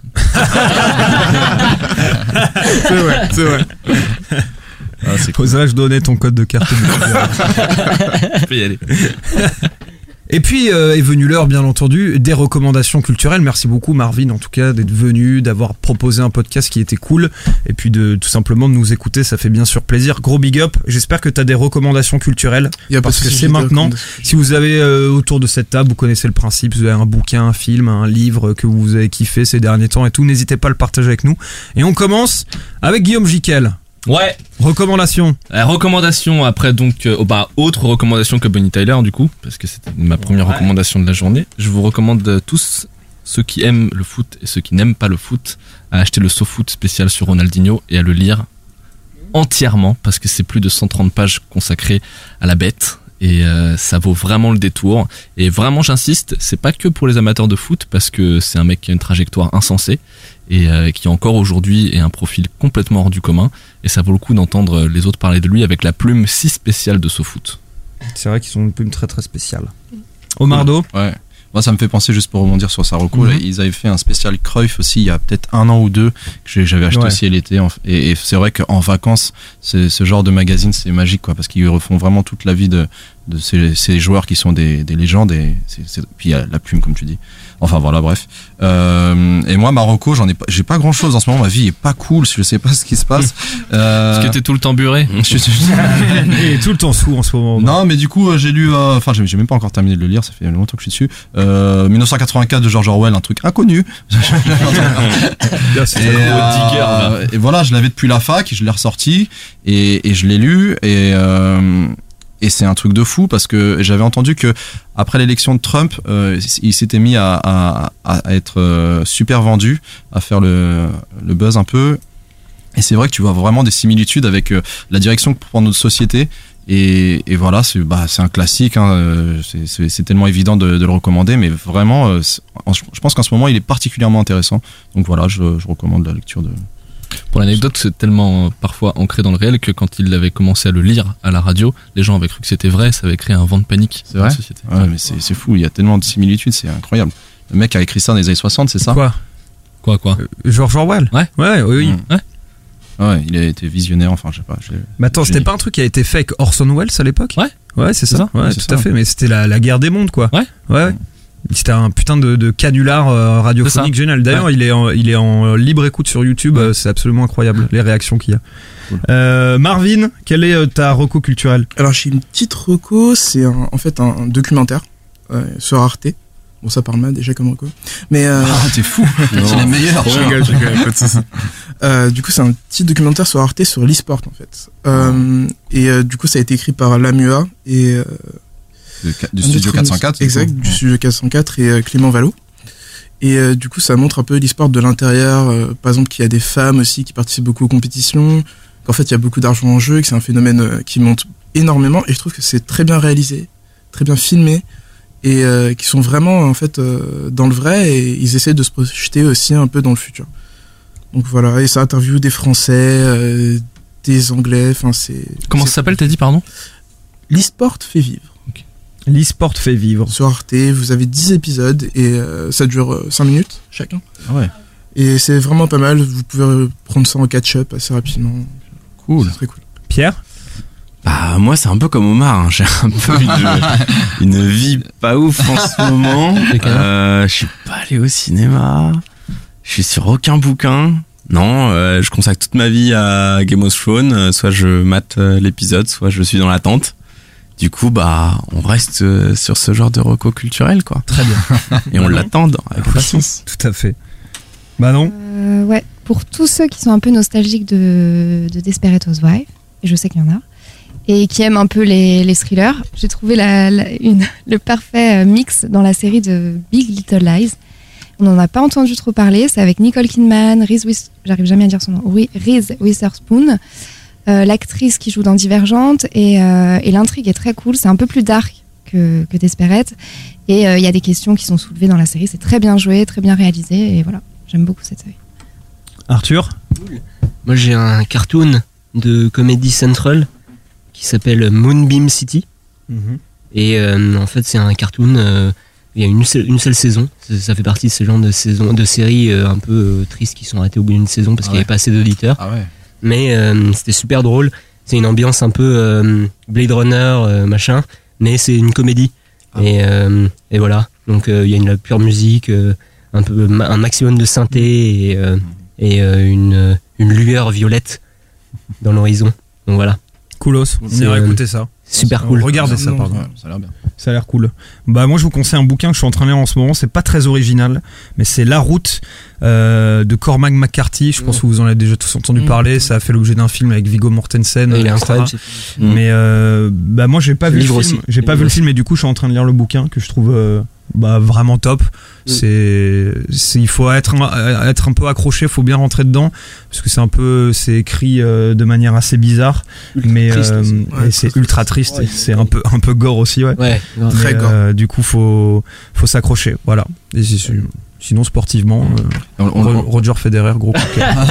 C'est vrai, c'est vrai. Ah, oserais-je donner ton code de carte? Je peux y aller. Et puis euh, est venue l'heure, bien entendu, des recommandations culturelles. Merci beaucoup Marvin, en tout cas, d'être venu, d'avoir proposé un podcast qui était cool, et puis de tout simplement de nous écouter, ça fait bien sûr plaisir. Gros big up. J'espère que t'as des recommandations culturelles, parce que c'est maintenant. Si vous avez euh, autour de cette table, vous connaissez le principe, vous avez un bouquin, un film, un livre que vous avez kiffé ces derniers temps et tout, n'hésitez pas à le partager avec nous. Et on commence avec Guillaume Jiquel. Ouais. Recommandation. La recommandation après donc euh, oh bah autre recommandation que Bonnie Tyler du coup parce que c'était ma première ouais. recommandation de la journée. Je vous recommande euh, tous ceux qui aiment le foot et ceux qui n'aiment pas le foot à acheter le SoFoot spécial sur Ronaldinho et à le lire entièrement parce que c'est plus de cent trente pages consacrées à la bête. Et euh, ça vaut vraiment le détour. Et vraiment, j'insiste, c'est pas que pour les amateurs de foot, parce que c'est un mec qui a une trajectoire insensée et euh, qui encore aujourd'hui est un profil complètement hors du commun. Et ça vaut le coup d'entendre les autres parler de lui avec la plume si spéciale de SoFoot. C'est vrai qu'ils ont une plume très très spéciale. Omardo. Ouais. Moi, ça me fait penser, juste pour rebondir sur sa reco, mm-hmm. ils avaient fait un spécial Cruyff aussi il y a peut-être un an ou deux que j'avais acheté ouais. aussi l'été. Et, et c'est vrai qu'en vacances, c'est, ce genre de magazine, c'est magique, quoi, parce qu'ils refont vraiment toute la vie de, de ces, ces joueurs qui sont des, des légendes. Et c'est, c'est, puis il y a la plume, comme tu dis. Enfin voilà, bref. Euh, et moi, Marocco, j'en ai pas, j'ai pas grand chose en ce moment. Ma vie est pas cool. Je sais pas ce qui se passe. Euh... Parce que t'es tout le temps buré. Je suis et tout le temps sous en ce moment. Non, mais du coup, j'ai lu. Enfin, euh, j'ai, j'ai même pas encore terminé de le lire. Ça fait longtemps que je suis dessus. Euh, dix-neuf cent quatre-vingt-quatre de George Orwell, un truc inconnu. et, euh, et voilà, je l'avais depuis la fac, je l'ai ressorti et, et je l'ai lu et. Euh, Et c'est un truc de fou parce que j'avais entendu que après l'élection de Trump, euh, il s'était mis à, à, à être euh, super vendu, à faire le, le buzz un peu. Et c'est vrai que tu vois vraiment des similitudes avec euh, la direction que prend notre société. Et, et voilà, c'est, bah, c'est un classique. Hein, c'est, c'est, c'est tellement évident de, de le recommander, mais vraiment, euh, je pense qu'en ce moment, il est particulièrement intéressant. Donc voilà, je, je recommande la lecture de. Pour l'anecdote, c'est tellement euh, parfois ancré dans le réel que quand il avait commencé à le lire à la radio, les gens avaient cru que c'était vrai, ça avait créé un vent de panique c'est dans vrai la société. Ouais, mais c'est, c'est fou, il y a tellement de similitudes, c'est incroyable. Le mec a écrit ça dans les années soixante, c'est ça? Quoi Quoi, quoi euh, George Orwell? Ouais. Ouais, oui, oui. Mmh. Ouais. Ouais, il a été visionnaire, enfin, je sais pas. Mais attends, c'était pas un truc qui a été fait avec Orson Welles à l'époque? Ouais. Ouais, c'est, c'est ça. ça. Ouais, ouais, tout à ça. fait. Mais c'était la, la guerre des mondes, quoi. Ouais. Ouais. Mmh. C'était un putain de, de canular euh, radiophonique génial. D'ailleurs, ouais. il est en, il est en libre écoute sur YouTube. Ouais. Euh, c'est absolument incroyable les réactions qu'il y a. Cool. Euh, Marvin, quelle est euh, ta reco culturelle? Alors, j'ai une petite reco. C'est un, en fait un, un documentaire euh, sur Arte. Bon, ça parle mal déjà comme reco. Mais euh... ah, t'es fou. C'est les meilleurs. Je rigole, je rigole, pas de soucis. Euh, du coup, c'est un petit documentaire sur Arte sur l'e-sport en fait. Euh, et euh, du coup, ça a été écrit par Lamua et euh, du studio quatre cent quatre. Exact, du studio quatre cent quatre et euh, Clément Vallot. Et euh, du coup, ça montre un peu l'e-sport de l'intérieur. Euh, par exemple, qu'il y a des femmes aussi qui participent beaucoup aux compétitions, qu'en fait, il y a beaucoup d'argent en jeu, que c'est un phénomène euh, qui monte énormément. Et je trouve que c'est très bien réalisé, très bien filmé, et euh, qui sont vraiment en fait euh, dans le vrai, et ils essaient de se projeter aussi un peu dans le futur. Donc voilà, et ça interviewe des Français, euh, des Anglais. Enfin, c'est. Comment c'est... ça s'appelle, t'as dit, pardon? L'e-sport fait vivre. Okay. L'e-sport fait vivre. Sur Arte, vous avez dix épisodes et euh, ça dure euh, cinq minutes chacun. Ah ouais. Et c'est vraiment pas mal, vous pouvez prendre ça en catch-up assez rapidement. Cool. C'est très cool. Pierre? Bah, moi, c'est un peu comme Omar, hein. J'ai un peu une, une vie pas ouf en ce moment. Euh, je suis pas allé au cinéma. Je suis sur aucun bouquin. Non, euh, je consacre toute ma vie à Game of Thrones. Soit je mate l'épisode, soit je suis dans l'attente. Du coup, bah, on reste sur ce genre de reco culturel, quoi. Très bien. Et on l'attend avec patience. Tout à fait. Bah non. Euh, ouais. pour tous ceux qui sont un peu nostalgiques de, de Desperate Housewives, et je sais qu'il y en a, et qui aiment un peu les, les thrillers, j'ai trouvé la, la, une, le parfait mix dans la série de Big Little Lies. On n'en a pas entendu trop parler, c'est avec Nicole Kidman, Reese With, j'arrive jamais à dire son nom, oui, Reese Witherspoon, euh, l'actrice qui joue dans Divergente, et, euh, et l'intrigue est très cool, c'est un peu plus dark que, que Desperate, et il euh, y a des questions qui sont soulevées dans la série, c'est très bien joué, très bien réalisé, et voilà, j'aime beaucoup cette série. Arthur ? Cool. Moi j'ai un cartoon de Comedy Central qui s'appelle Moonbeam City. Mmh. Et euh, en fait, c'est un cartoon. Euh, il y a une seule, une seule saison. Ça, ça fait partie de ce genre de, saison, de séries euh, un peu euh, tristes qui sont arrêtées au bout d'une saison parce ah qu'il n'y ouais. avait pas assez d'auditeurs. Ah ouais. Mais euh, c'était super drôle. C'est une ambiance un peu euh, Blade Runner, euh, machin. Mais c'est une comédie. Ah. Et, euh, et voilà. Donc euh, il y a une la pure musique, euh, un, peu, un maximum de synthé et, euh, et euh, une, une lueur violette dans l'horizon. Donc voilà. Coolos, on ira écouter ça. Super cool. Regardez ça, pardon. Ouais, ça a l'air bien. Ça a l'air cool. Bah moi je vous conseille un bouquin que je suis en train de lire en ce moment. C'est pas très original, mais c'est La Route euh, de Cormac McCarthy. Je pense mmh. que vous en avez déjà tous entendu mmh. parler. Ça a fait l'objet d'un film avec Viggo Mortensen. Il est incroyable. Mais euh, bah moi j'ai pas vu le film. Aussi. J'ai pas vu le film, et du coup je suis en train de lire le bouquin que je trouve euh, bah vraiment top. Mmh. C'est, c'est, il faut être être un peu accroché, faut bien rentrer dedans parce que c'est un peu, c'est écrit euh, de manière assez bizarre, ultra mais euh, ouais, et c'est ultra triste. Ouais, c'est un peu un peu gore aussi, ouais. Ouais. Mais, très gore. Euh, du coup, faut faut s'accrocher, voilà. Et c'est, sinon sportivement, euh, on, on, Roger Federer, gros coup de cœur.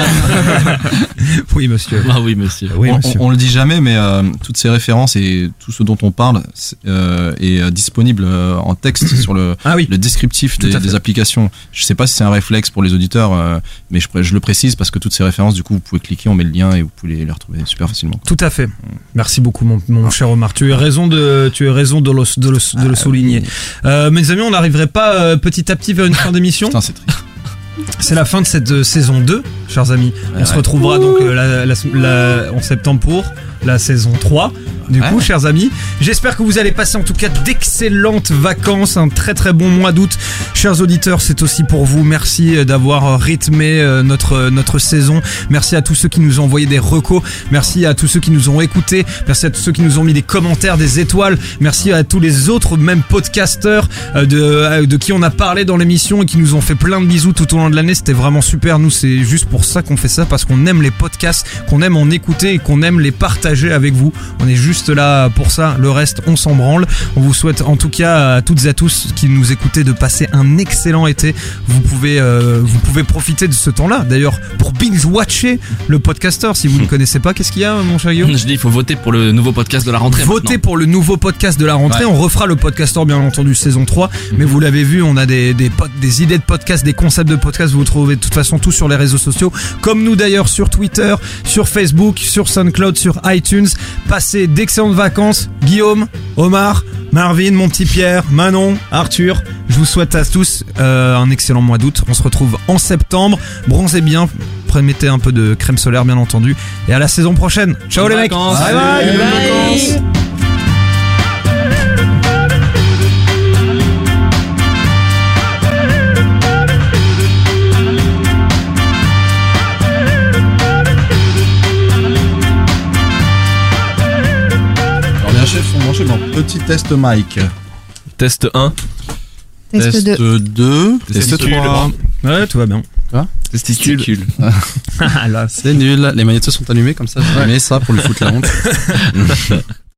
Oui monsieur. Ah oui monsieur. Oui, monsieur. On, on, on le dit jamais, mais euh, toutes ces références et tout ce dont on parle euh, est euh, disponible euh, en texte sur le, ah oui. le descriptif des, des applications. Je sais pas si c'est un réflexe pour les auditeurs, euh, mais je, je le précise parce que toutes ces références, du coup, vous pouvez cliquer, on met le lien et vous pouvez les, les retrouver super facilement. Tout à fait. Merci beaucoup, mon, mon ah. cher Omar. Tu as raison de, tu as raison de le, de le, de le souligner. Euh, mes amis, on n'arriverait pas euh, petit à petit vers une fin d'émission. Putain, c'est triste. C'est la fin de cette euh, saison deux, chers amis. On ouais, se retrouvera ouais. donc euh, la, la, la, en septembre pour la saison trois. Du ouais. coup, chers amis, j'espère que vous allez passer en tout cas d'excellentes vacances, un très très bon mois d'août. Chers auditeurs, c'est aussi pour vous. Merci d'avoir rythmé notre notre saison. Merci à tous ceux qui nous ont envoyé des recos. Merci à tous ceux qui nous ont écoutés. Merci à tous ceux qui nous ont mis des commentaires, des étoiles. Merci à tous les autres, même podcasteurs de de qui on a parlé dans l'émission et qui nous ont fait plein de bisous tout au long de l'année. C'était vraiment super. Nous, c'est juste pour ça qu'on fait ça, parce qu'on aime les podcasts, qu'on aime en écouter et qu'on aime les partager avec vous. On est juste là pour ça, le reste on s'en branle. On vous souhaite en tout cas à toutes et à tous qui nous écoutez de passer un excellent été. Vous pouvez euh, vous pouvez profiter de ce temps-là d'ailleurs pour binge-watcher le podcaster. Si vous ne connaissez pas, qu'est-ce qu'il y a, mon cher Guillaume ? Je dis il faut voter pour le nouveau podcast de la rentrée. Voter maintenant. pour le nouveau podcast de la rentrée. Ouais. On refera le podcaster bien entendu saison trois, mmh. mais vous l'avez vu, on a des, des, des idées de podcast, des concepts de podcast. Vous trouvez de toute façon tout sur les réseaux sociaux, comme nous d'ailleurs sur Twitter, sur Facebook, sur SoundCloud, sur iTunes. Passez d'excellentes vacances. Guillaume, Omar, Marvin, mon petit Pierre, Manon, Arthur, je vous souhaite à tous euh, un excellent mois d'août. On se retrouve en septembre. Bronzez bien, mettez un peu de crème solaire bien entendu, et à la saison prochaine. Ciao les mecs. Bye bye, bye, bye. Chef, on mange dans petit test mic. Test un. Test deux. Test trois. Ouais, tout va bien. Quoi ? Testicule. Ah là, c'est nul. Les magnétos sont allumés comme ça. Je mets ça pour lui foutre la honte.